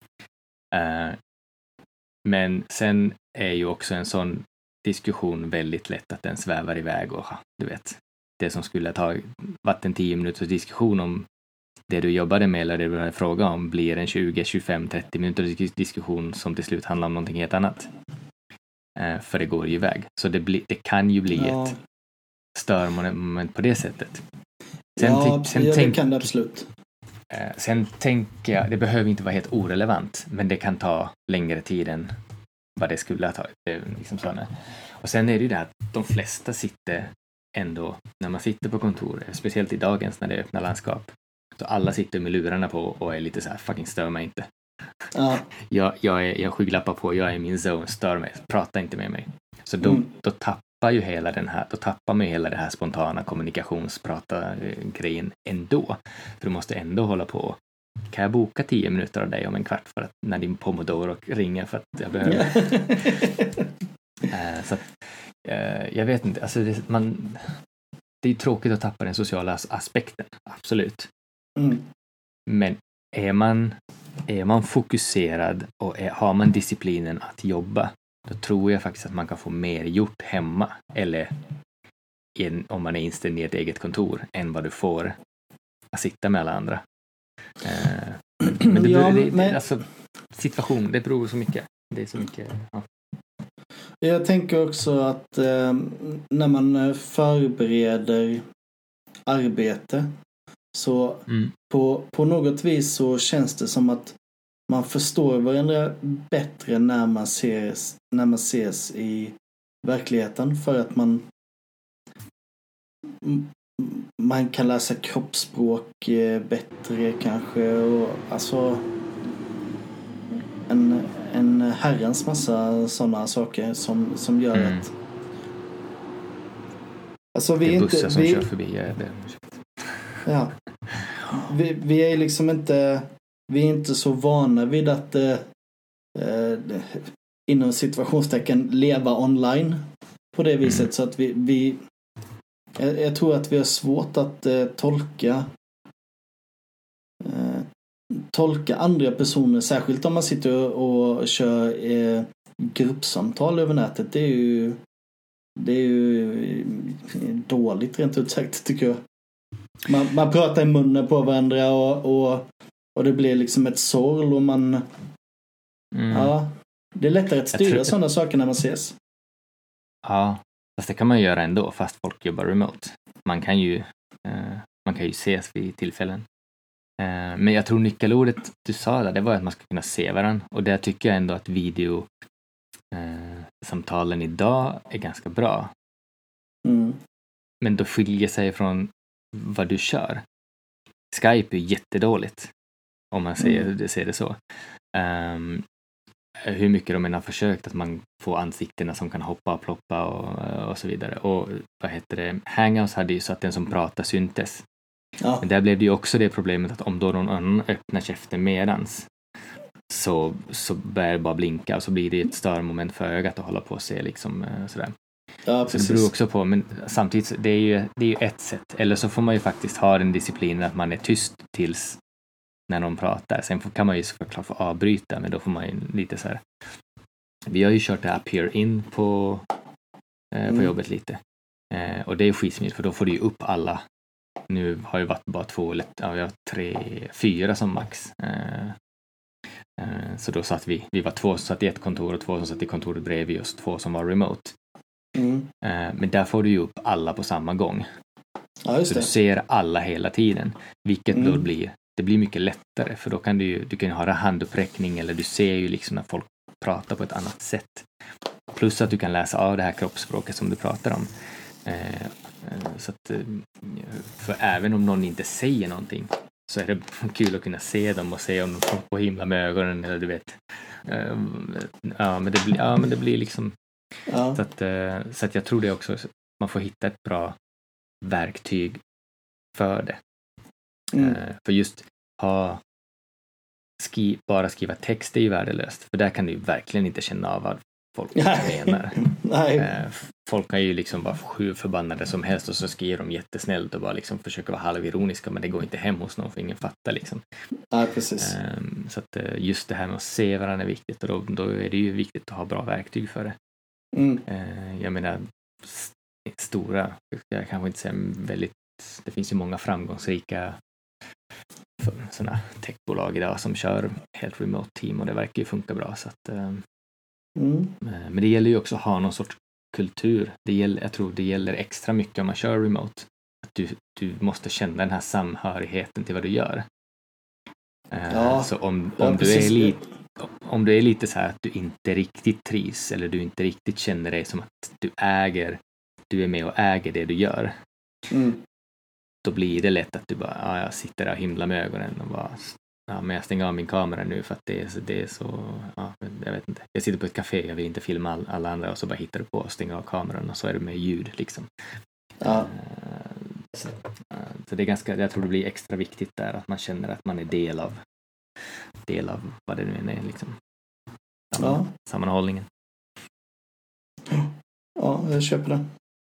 Men sen är ju också en sån diskussion väldigt lätt att den svävar iväg och du vet, det som skulle ha varit en 10 minuters diskussion om det du jobbade med eller det du hade frågat om blir en 20, 25, 30 minuters diskussion som till slut handlar om någonting helt annat. För det går ju iväg. Så det kan ju bli ett störmoment på det sättet. Det kan det absolut. Sen tänker jag, det behöver inte vara helt orelevant, men det kan ta längre tid än vad det skulle ha tagit. Liksom sådana. Och sen är det ju det att de flesta sitter ändå, när man sitter på kontor, speciellt i dagens när det är öppna landskap, så alla sitter med lurarna på och är lite så här, fucking stör mig inte. Jag skygglappar på, jag är i min zone, stör mig, prata inte med mig. Så då tappar ju hela det här spontana kommunikationsprata-grejen ändå. För du måste ändå hålla på. Kan jag boka 10 minuter av dig om en kvart för att när din Pomodoro ringer för att jag behöver så att, jag vet inte, alltså det är tråkigt att tappa den sociala aspekten, absolut. Men är man fokuserad och har man disciplinen att jobba, då tror jag faktiskt att man kan få mer gjort hemma eller om man är inställd i ett eget kontor än vad du får att sitta med alla andra. Men alltså, situation, det beror så mycket. Det är så mycket, ja. Jag tänker också att när man förbereder arbete. Så på något vis så känns det som att man förstår varandra bättre när man ses i verkligheten, för att man kan läsa kroppsspråk bättre kanske, och alltså en herrans massa sådana saker som gör att alltså det är bussar som kör förbi ja. Vi är liksom inte så vana vid att inom situationstecken leva online på det viset, så att jag tror att vi har svårt att tolka andra personer, särskilt om man sitter och kör gruppsamtal över nätet. Det är ju dåligt rent ut sagt, tycker jag. Man pratar i munnen på varandra och det blir liksom ett sorl, och man ja, det är lättare att styra sådana saker när man ses. Ja, fast det kan man göra ändå fast folk jobbar remote. Man kan ju ses vid tillfällen. Men jag tror nyckelordet du sa där, det var att man ska kunna se varandra, och där tycker jag ändå att videosamtalen idag är ganska bra. Men då skiljer sig från vad du kör. Skype är jättedåligt, om man ser det så. Hur mycket de än har försökt att man får ansiktena som kan hoppa och ploppa och så vidare. Och Hangouts hade ju så att den som pratar syntes. Ja. Men där blev det ju också det problemet att om då någon annan öppnar käften medans, så börjar det bara blinka, och så blir det ett störmoment för ögat att hålla på och se liksom sådär. Ja, så det beror också på, men samtidigt det är ju ett sätt. Eller så får man ju faktiskt ha den disciplinen att man är tyst tills när någon pratar. Sen kan man ju såklart få avbryta, men då får man ju lite så här. Vi har ju kört det här peer in på jobbet lite. Och det är skitsmidigt, för då får du ju upp alla. Nu har ju varit bara 2 eller vi har 3, 4 som max. Så då satt vi var 2 som satt i ett kontor och 2 som satt i kontoret bredvid oss, 2 som var remote. Men där får du ju upp alla på samma gång. Ja, just det. Så du ser alla hela tiden. Vilket då det blir mycket lättare, för då kan du kan ha handuppräckning, eller du ser ju liksom när folk pratar på ett annat sätt. Plus att du kan läsa av det här kroppsspråket som du pratar om. Så att, för även om någon inte säger någonting, så är det kul att kunna se dem och se om de får på himla med ögonen, eller du vet. Men det blir liksom så att jag tror det också, man får hitta ett bra verktyg för det. För just bara skriva text är ju värdelöst, för där kan du ju verkligen inte känna av vad folk menar. Folk kan ju liksom vara hur förbannade som helst, och så skriver de jättesnällt och bara liksom försöker vara halvironiska, men det går inte hem hos någon, för ingen fattar liksom. Ja, precis. Så att just det här med att se varandra är viktigt, och då är det ju viktigt att ha bra verktyg för det. Jag menar, stora, jag kanske inte säga väldigt, det finns ju många framgångsrika sådana techbolag idag som kör helt remote team, och det verkar ju funka bra, så att men det gäller ju också att ha någon sorts kultur. Jag tror det gäller extra mycket om man kör remote, att du måste känna den här samhörigheten till vad du gör. Så om du är lite så här att du inte riktigt trivs, eller du inte riktigt känner dig som att du är med och äger det du gör, då blir det lätt att du bara, jag sitter där och himlar med ögonen och bara, men jag stänger av min kamera nu för att det är så, jag vet inte. Jag sitter på ett café, jag vill inte filma alla andra, och så bara hittar du på och stänger av kameran, och så är det med ljud liksom. Så det är ganska, jag tror det blir extra viktigt där, att man känner att man är del av vad det nu är liksom. Sammanhållningen. Ja, jag köper det.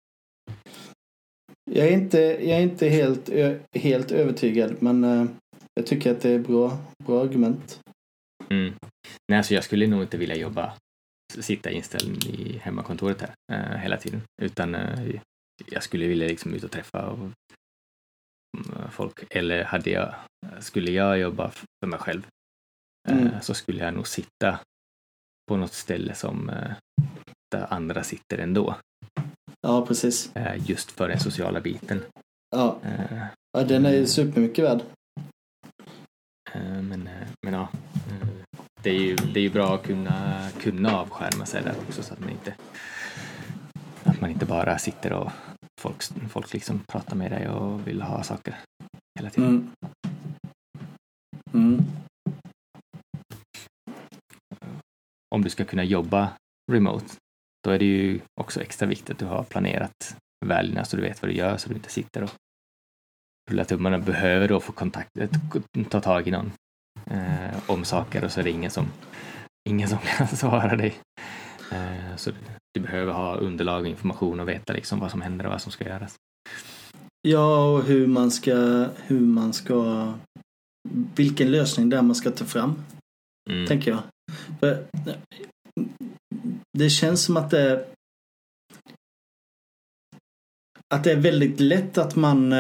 Jag är inte helt övertygad, men jag tycker att det är bra argument. Nej, alltså jag skulle nog inte vilja sitta inställd i hemmakontoret här hela tiden, utan jag skulle vilja liksom ut och träffa folk, eller skulle jag jobba för mig själv, så skulle jag nog sitta på något ställe som där andra sitter ändå. Ja, precis. Just för den sociala biten. Ja. Ja, den är ju supermycket värd. Men ja, det är ju bra att kunna avskärma sig där också, så att man inte bara sitter och folk liksom pratar med dig och vill ha saker hela tiden. Om du ska kunna jobba remote, då är det ju också extra viktigt att du har planerat väl, så du vet vad du gör, så du inte sitter och rullar tummarna. Behöver då få kontakt, ta tag i någon om saker, och så är det ingen som kan svara dig. Så du behöver ha underlag och information och veta liksom vad som händer och vad som ska göras. Ja, och hur man ska vilken lösning där man ska ta fram, tänker jag. För det känns som att det är väldigt lätt att man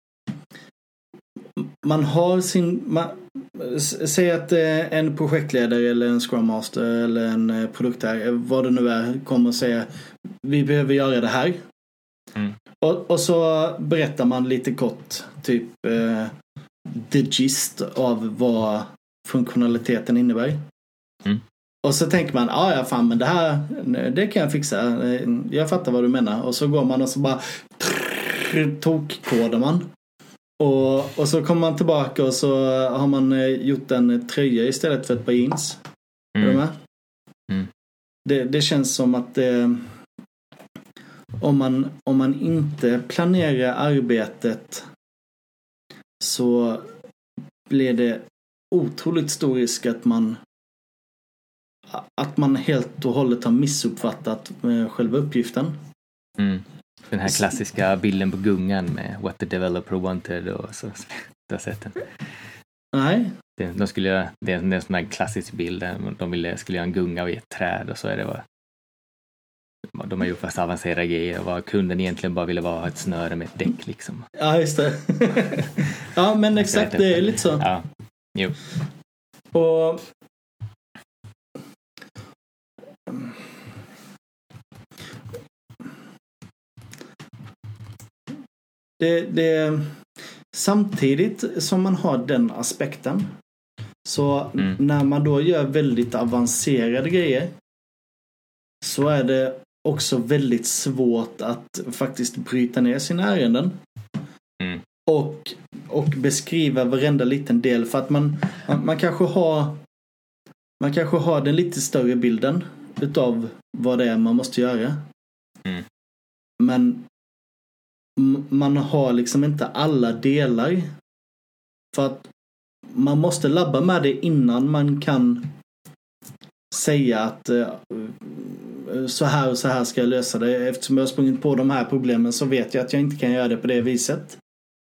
har säg att en projektledare eller en Scrum Master eller en produktägare, vad det nu är, kommer och säger vi behöver göra det här. Och så berättar man lite kort typ the gist av vad funktionaliteten innebär. Och så tänker man, ja fan, men det kan jag fixa. Jag fattar vad du menar. Och så går man och så bara tokkodar man. Och så kommer man tillbaka och så har man gjort en tröja istället för ett par jeans. Är du med? Det känns som att om man inte planerar arbetet, så blir det otroligt stor risk att man helt och hållet har missuppfattat själva uppgiften. Den här klassiska bilden på gungan med what the developer wanted och så. Du har sett den? Nej. Det är en sån här klassisk bild där de skulle göra en gunga vid ett träd, och så är det de har gjort fast avancerade grejer, och vad kunden egentligen bara ville vara ett snöre med ett däck liksom. Ja, just det. Ja, men exakt, det är lite så. Ja, jo. Och det samtidigt som man har den aspekten, så när man då gör väldigt avancerade grejer, så är det också väldigt svårt att faktiskt bryta ner sina ärenden och beskriva varenda liten del, för att man kanske har den lite större bilden utav vad det är man måste göra. Men man har liksom inte alla delar, för att man måste labba med det innan man kan säga att så här och så här ska jag lösa det. Eftersom jag har sprungit på de här problemen, så vet jag att jag inte kan göra det på det viset.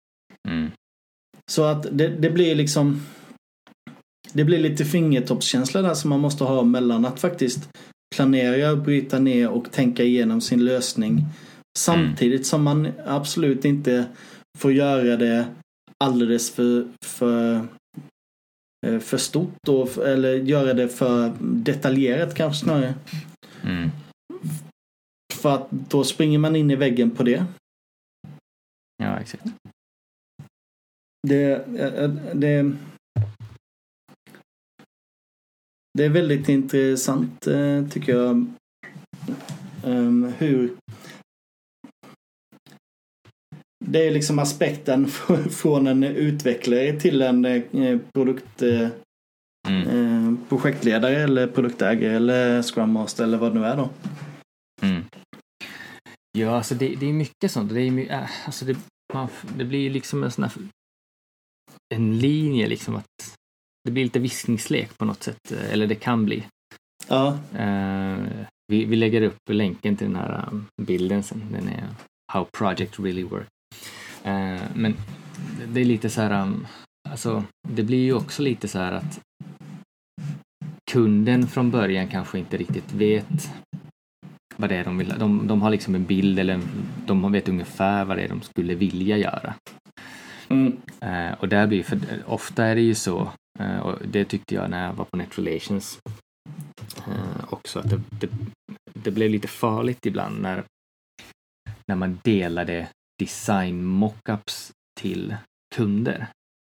Så att det blir liksom, det blir lite fingertoppskänsla där som man måste ha mellan att faktiskt planera, bryta ner och tänka igenom sin lösning, samtidigt som man absolut inte får göra det alldeles för stort eller göra det för detaljerat kanske snarare. För att då springer man in i väggen på det. Ja, exakt. Det är väldigt intressant, tycker jag, hur det är liksom aspekten från en utvecklare till en projektledare eller produktägare eller Scrum Master eller vad det nu är då. Ja, alltså det är mycket sånt. Det är alltså det blir liksom en linje liksom, att det blir lite viskningslek på något sätt, eller det kan bli. Ja. Vi lägger upp länken till den här bilden sen. Den är How Project Really Work. Men det är lite så här, alltså det blir ju också lite så här att kunden från början kanske inte riktigt vet vad det är de vill. De har liksom en bild, eller de vet ungefär vad det är de skulle vilja göra. Och där blir, för ofta är det ju så, och det tyckte jag när jag var på Net Relations också, att det blev lite farligt ibland när man delade design mockups till kunder.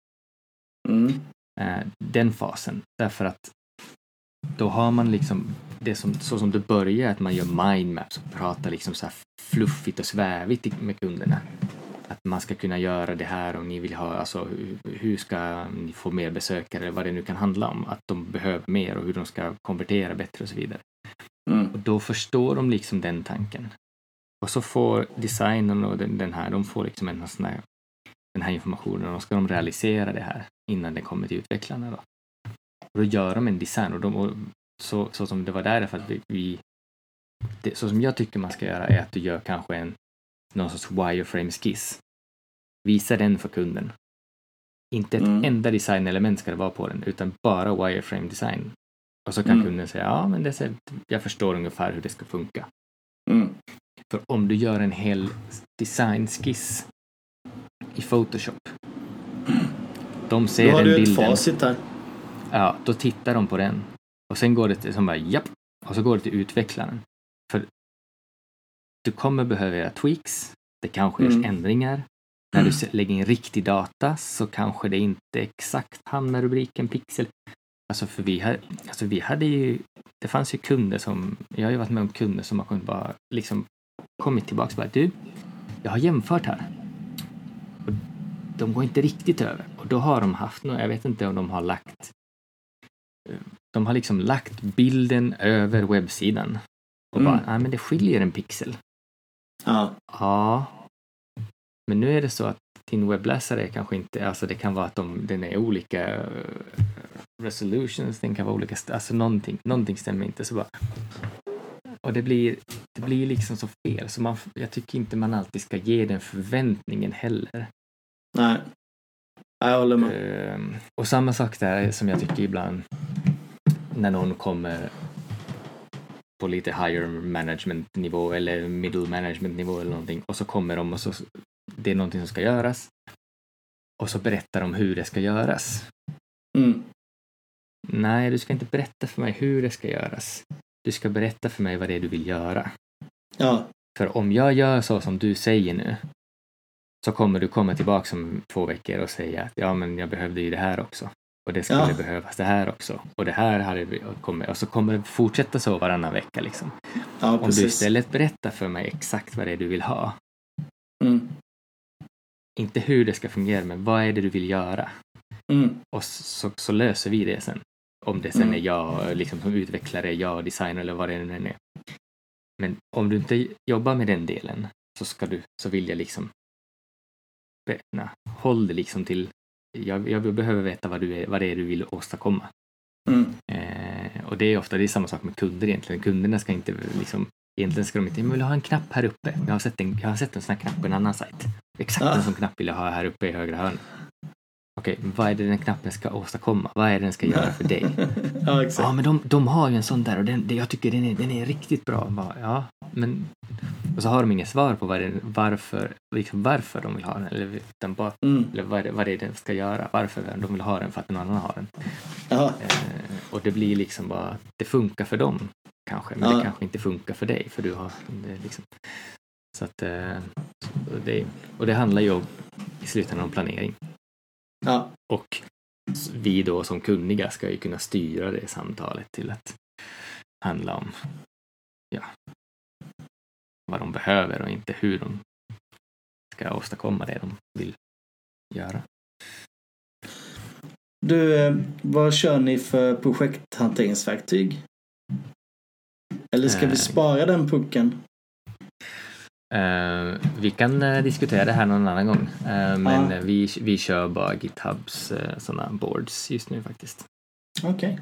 Den fasen. Därför att då har man liksom det så som det börjar, att man gör mindmaps och pratar liksom så här fluffigt och svävigt med kunderna. Att man ska kunna göra det här om ni vill ha, alltså hur ska ni få mer besökare eller vad det nu kan handla om. Att de behöver mer och hur de ska konvertera bättre och så vidare. Och då förstår de liksom den tanken. Och så får designen och de får liksom den här informationen, och då ska de realisera det här innan det kommer till utvecklarna då. Och då gör de en design och så som det var där, för att så som jag tycker man ska göra är att du gör kanske någon sorts wireframe-skiss. Visa den för kunden. Inte ett enda designelement ska det vara på den, utan bara wireframe-design. Och så kan kunden säga, ja men jag förstår ungefär hur det ska funka. För om du gör en hel designskiss i Photoshop, de ser den bilden. Då har du ett facit där. Ja, då tittar de på den. Och sen går det till, som bara, japp. Och så går det till utvecklaren. För du kommer behöva göra tweaks. Det kanske görs ändringar. När du lägger in riktig data så kanske det inte exakt hamnar rubriken pixel. Alltså för vi hade ju, det fanns ju kunder som, jag har ju varit med om kunder som har bara liksom kommit tillbaka och bara, du, jag har jämfört här. Och de går inte riktigt över. Och då har de haft, jag vet inte om de har liksom lagt bilden över webbsidan. Och bara, nej men det skiljer en pixel. Ja. Men nu är det så att din webbläsare är kanske inte, alltså det kan vara att den är olika resolutions, den kan vara olika, alltså någonting stämmer inte, så bara. Och det blir liksom så fel, så jag tycker inte man alltid ska ge den förväntningen heller. Nej, jag håller med. Och samma sak där som jag tycker ibland när någon kommer på lite higher management nivå eller middle management nivå eller någonting, och så kommer de och så det är någonting som ska göras och så berättar de hur det ska göras. Nej, du ska inte berätta för mig hur det ska göras. Du ska berätta för mig vad det är du vill göra. Ja. För om jag gör så som du säger nu, så kommer du komma tillbaka om 2 veckor och säga att ja, men jag behövde ju det här också. Och det skulle behövas det här också. Och det här hade kommit. Och så kommer det fortsätta så varannan vecka liksom. Ja, om du istället berättar för mig exakt vad det är du vill ha. Inte hur det ska fungera, men vad är det du vill göra? Och så löser vi det sen. Om det sen är jag liksom som utvecklare, jag designer eller vad det nu är. Men om du inte jobbar med den delen så vill jag liksom håll det liksom till jag behöver veta vad det är du vill åstadkomma. Och det är samma sak med kunder egentligen. Kunderna ska inte liksom, egentligen ska de inte, jag vill ha en knapp här uppe. Jag har sett en sån här knapp på en annan sajt. Exakt en sån knapp vill jag ha här uppe i högra hörn. Okej, vad är det den knappen ska åstadkomma? Vad är det den ska göra för dig? Ja, exakt. Ja, men de har ju en sån där och jag tycker den är riktigt bra. Ja, men och så har de inget svar på varför de vill ha den, eller vad det är den ska göra, varför de vill ha den för att någon annan har den. Och det blir liksom bara, det funkar för dem kanske, men det kanske inte funkar för dig, för du har det liksom. Så att det handlar ju i slutändan om planering. Ja. Och vi då som kunniga ska ju kunna styra det samtalet till att handla om vad de behöver och inte hur de ska åstadkomma det de vill göra. Du, vad kör ni för projekthanteringsverktyg? Eller ska vi spara den pucken? Vi kan diskutera det här någon annan gång. Men vi kör bara GitHubs sådana boards just nu faktiskt. Okej.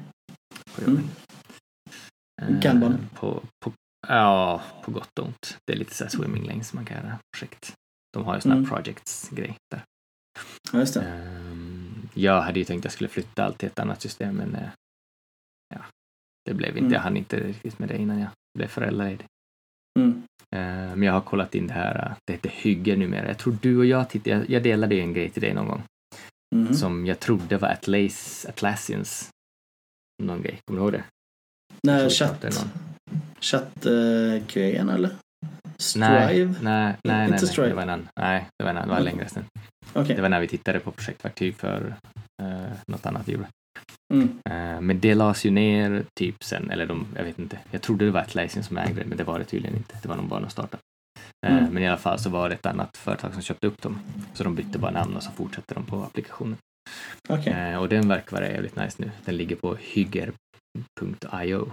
Kanban? På gott och ont. Det är lite så här swimming lanes man kan göra projekt. De har ju sådana projects-grej där. Ja, just det. Jag hade ju tänkt att jag skulle flytta allt till ett annat system, men det blev inte. Jag hann inte riktigt med det innan jag blev föräldraledig. Men jag har kollat in det här. Det heter Hygge numera. Jag tror du och jag delade ju en grej till dig någon gång. Som jag trodde var Atlassians någon grej. Kommer du ihåg det? Nej, chatt-QA'n eller? Strive? Nej. Strive. Det var en annan. Nej, det var längre sedan. Okay. Det var när vi tittade på projektverktyg för något annat vi gjorde. Mm. Men det lades ju ner typ sen, eller jag vet inte. Jag trodde det var ett Atlassian som ägde det, men det var det tydligen inte. Det var nog bara någon startup. Men i alla fall så var det ett annat företag som köpte upp dem. Så de bytte bara namn och så fortsatte de på applikationen. Okay. Och den verkar vara jävligt nice nu. Den ligger på hygger.io.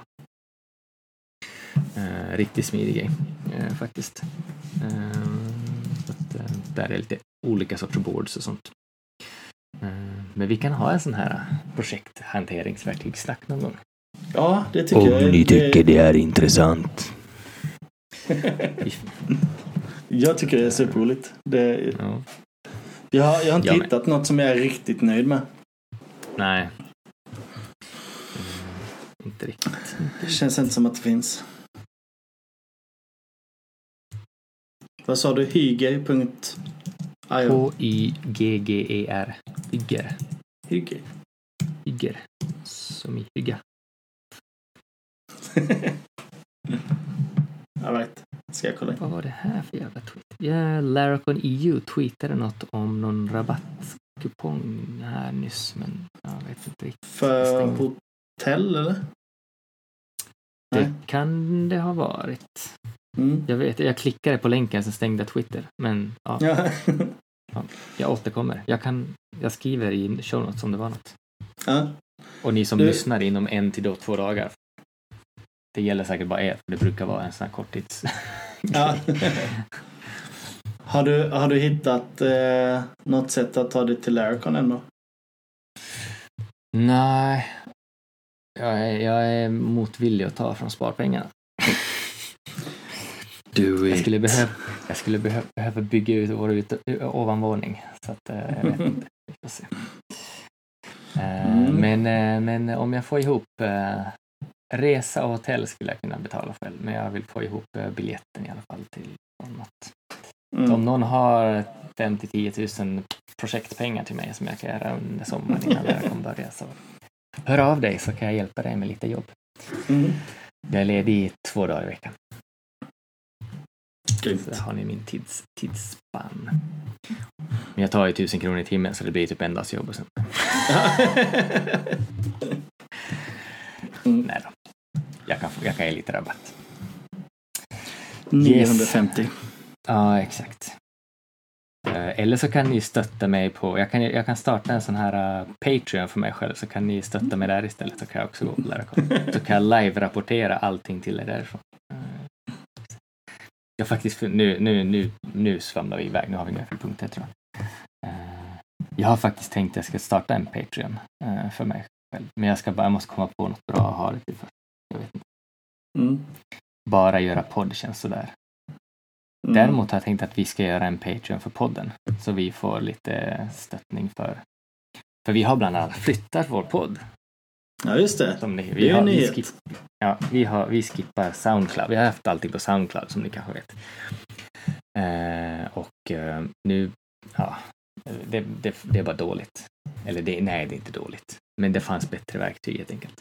Riktigt smidig grej faktiskt. Där är lite olika sorters boards och sånt. Men vi kan ha en sån här projekthanteringsverktygssnack någon gång. Ja, det tycker jag. Om ni tycker det är intressant. Jag tycker det är superroligt. Jag har inte hittat något som jag är riktigt nöjd med. Nej. Inte riktigt. Det känns inte som att det finns. Vad sa du? Hygger.io? Hygger. Hygger. Som i hygga. All right. Ska jag kolla? Vad var det här för jävla tweet? Ja, Laracon EU tweetade något om någon rabattkupong här nyss, men jag vet inte riktigt. För hotell, eller? Det kan det ha varit. Jag klickade på länken så stängde Twitter, men ja. Jag återkommer. Jag skriver i show notes om det var något. Ja. Och ni som lyssnar inom 1 till 2 dagar. Det gäller säkert bara för det brukar vara en sån här korttids. Ja. Har du hittat något sätt att ta det till Laracon ändå? Nej. Jag är motvillig att ta från sparpengarna. Jag skulle behöva bygga ut vår ovanvåning. Så att jag vet inte. Vi får se. Men om jag får ihop resa och hotell skulle jag kunna betala själv. Men jag vill få ihop biljetten i alla fall till något. Så om någon har 5-10 000 projektpengar till mig som jag kan göra under sommaren innan jag kommer börja, så hör av dig så kan jag hjälpa dig med lite jobb. Jag är ledig 2 dagar i veckan. Så har ni min tidsspann. Men jag tar ju 1000 kronor i timmen så det blir typ en dags jobb och sen. Nej då. Jag kan ge lite rabatt. 950. Yes. Ja, exakt. Eller så kan ni stötta mig på... Jag kan starta en sån här Patreon för mig själv, så kan ni stötta mig där istället, så kan jag också gå och lära komma. Så kan jag live-rapportera allting till er därifrån. Jag faktiskt... Nu svamlar vi iväg. Nu har vi några punkter, tror jag. Jag har faktiskt tänkt att jag ska starta en Patreon för mig själv. Men jag måste komma på något bra att ha det till först. Jag vet inte. Bara göra podd känns sådär. Däremot har jag tänkt att vi ska göra en Patreon för podden. Så vi får lite stöttning för vi har bland annat flyttat vår podd. Ja, just det. Vi skippar SoundCloud. Vi har haft allting på SoundCloud, som ni kanske vet. Nu, det är bara dåligt. Eller det är inte dåligt. Men det fanns bättre verktyg helt enkelt.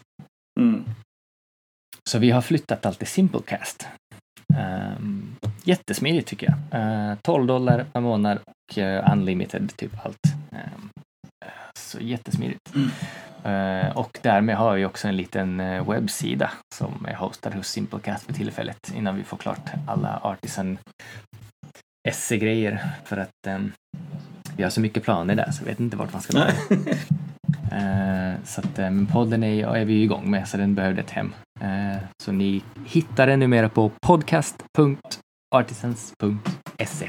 Så vi har flyttat allt till Simplecast. Jättesmidigt tycker jag. $12 per månad och unlimited typ allt. Så jättesmidigt. Och därmed har vi också en liten webbsida som är hostad hos Simplecast för tillfället, innan vi får klart alla Artisan SE-grejer, för att vi har så mycket planer där så jag vet inte vart man ska börja. Så att podden är vi igång med, så den behövde ett hem. Så ni hittar den numera på podcast.artisans.se.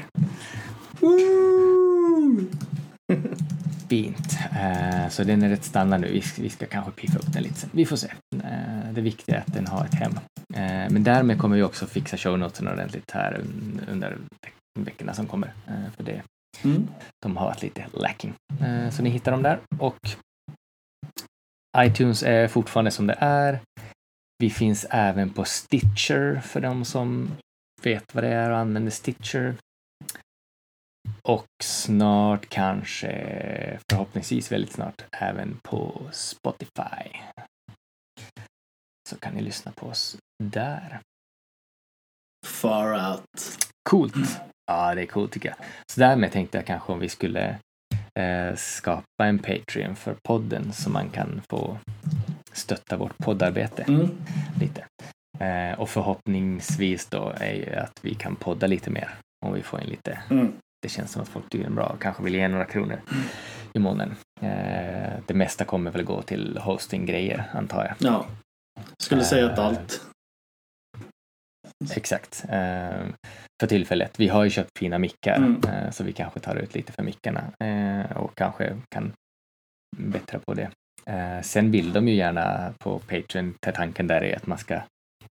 Fint. Så den är rätt standard nu. Vi ska kanske piffa upp den lite sen. Vi får se. Det viktiga är att den har ett hem. Men därmed kommer vi också fixa show notesen ordentligt här under veckorna som kommer. För det. De har varit lite lacking. Så ni hittar dem där. Och iTunes är fortfarande som det är. Vi finns även på Stitcher för de som vet vad det är och använder Stitcher. Och snart, kanske förhoppningsvis väldigt snart, även på Spotify. Så kan ni lyssna på oss där. Far out. Coolt. Ja, det är coolt tycker jag. Så därmed tänkte jag kanske om vi skulle skapa en Patreon för podden så man kan få stötta vårt poddarbete lite. Och förhoppningsvis då är ju att vi kan podda lite mer om vi får in lite. Det känns som att folk tycker det är bra och kanske vill ge några kronor i månaden. Det mesta kommer väl gå till hosting-grejer antar jag. Ja, skulle säga att allt. Exakt. För tillfället. Vi har ju köpt fina mickar så vi kanske tar ut lite för mickarna och kanske kan bättra på det. Sen vill de ju gärna på Patreon, ta tanken där är att man ska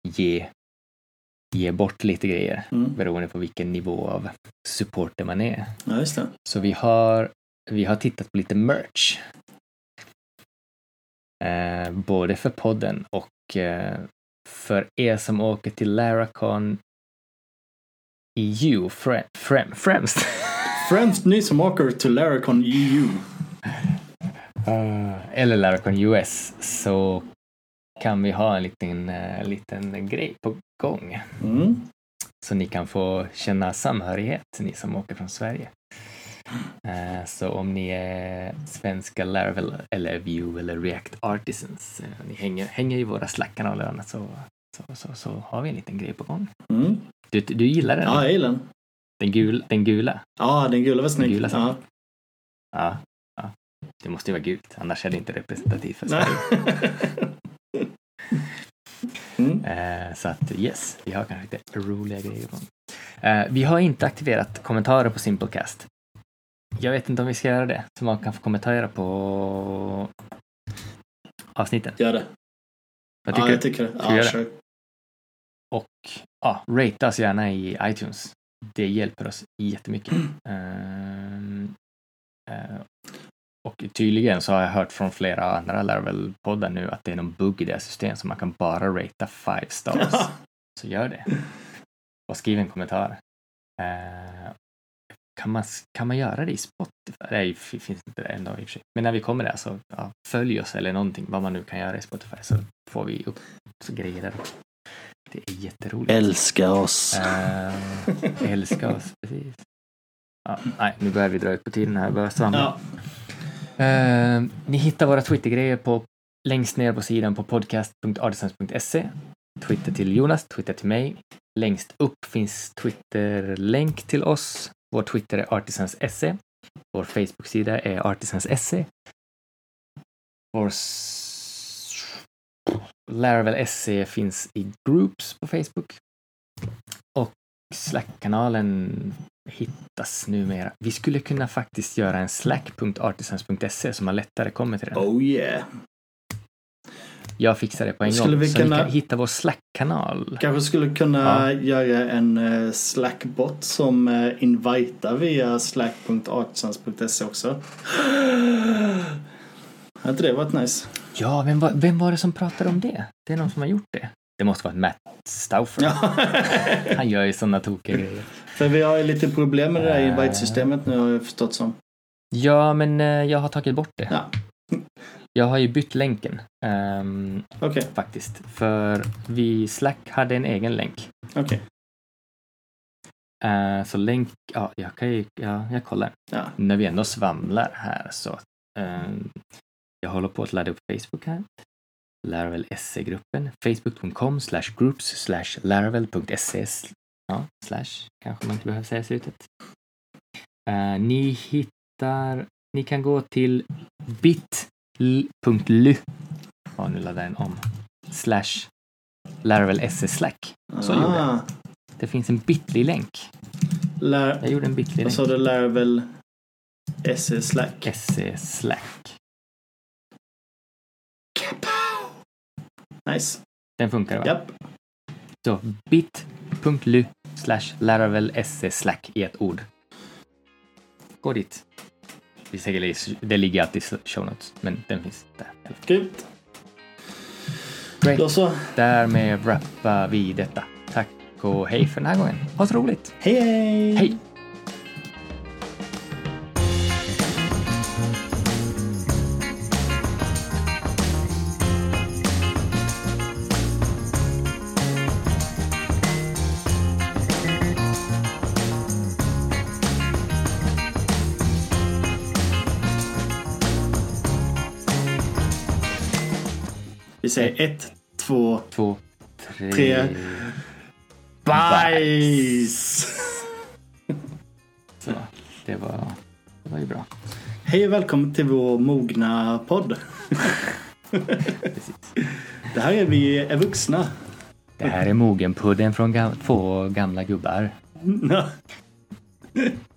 ge bort lite grejer beroende på vilken nivå av supporter man är. Ja, just det. Så vi har tittat på lite merch. Både för podden och för er som åker till Laracon EU främst. Främst ni som åker till Laracon EU. Eller Laracon US så kan vi ha en liten grej på gång. Så ni kan få känna samhörighet, ni som åker från Sverige. Så om ni är svenska Laravel eller Vue eller React Artisans, ni hänger i våra Slack-kanaler och annat så har vi en liten grej på gång. Du gillar den? Ja, jag gillar den. Den gula? Ja, den gula var snygg. Ja. Det måste ju vara gult, annars är det inte representativt för Sverige. Så att yes, vi har kanske lite roliga grejer på. Vi har inte aktiverat kommentarer på Simplecast. Jag vet inte om vi ska göra det, så man kan få kommentera på avsnitten. Gör det. Jag tycker det. Ja, sure. Och rate oss gärna i iTunes. Det hjälper oss jättemycket. Och tydligen så har jag hört från flera andra Laravel-poddar nu att det är någon bugg i det här systemet så man kan bara ratea 5 stars. Så gör det. Och skriv en kommentar. Kan man göra det i Spotify? Det finns inte det ändå i och för sig. Men när vi kommer där så följ oss eller någonting, vad man nu kan göra i Spotify, så får vi upp så grejer där. Det är jätteroligt. Älska oss. Älska oss, precis. Nej, nu börjar vi dra ut på tiden här. Börjar svamla. Ni hittar våra Twitter-grejer längst ner på sidan på podcast.artisans.se. Twitter till Jonas, Twitter till mig. Längst upp finns Twitter-länk till oss. Vår Twitter är artisans.se. Vår Facebook-sida är artisans.se. Vår Laravel SE finns i groups på Facebook. Och Slack-kanalen hittas numera. Vi skulle kunna faktiskt göra en slack.artisans.se så man lättare kommer till den. Oh yeah. Jag fixar det på en gång. Så ni kan hitta vår Slack-kanal. Kanske skulle kunna göra en Slack-bot som invitar via slack.artisans.se också. Har inte det varit nice? Ja, vem var det som pratade om det? Det är någon som har gjort det. Det måste vara Matt Stauffer. Han gör ju sådana tokiga grejer. För vi har ju lite problem med det där invite-systemet nu, har jag förstått som. Ja, men jag har tagit bort det. Ja. Jag har ju bytt länken. Faktiskt. För vi Slack hade en egen länk. Okej. Så länk, jag kollar. Ja. När vi ändå svamlar här så jag håller på att ladda upp Facebook här. Laravel SE-gruppen. Facebook.com/groups/laravel.se kanske man inte behöver säga slutet. Ni kan gå till bit.ly nu laddar den om /Laravel SE Slack. Så gjorde jag. Det finns en Bitly-länk. Jag gjorde en Bitly-länk. Vad sa du? Laravel SE Slack? SE Slack. Nice. Den funkar, va? Japp. Så bit.ly/Laravel SE Slack i ett ord. Gå dit. Det ligger alltid i show notes, men den finns där. Grymt. Great. Då så. Därmed wrappar vi detta. Tack och hej för den här gången. Ha så roligt. Hej, hej. Hej. Vi säger 1, 2, 3. Bajs! Så, det var ju bra. Hej och välkommen till vår mogna podd. Precis. Det här är vi är vuxna. Det här är mogenpudden från två gamla gubbar.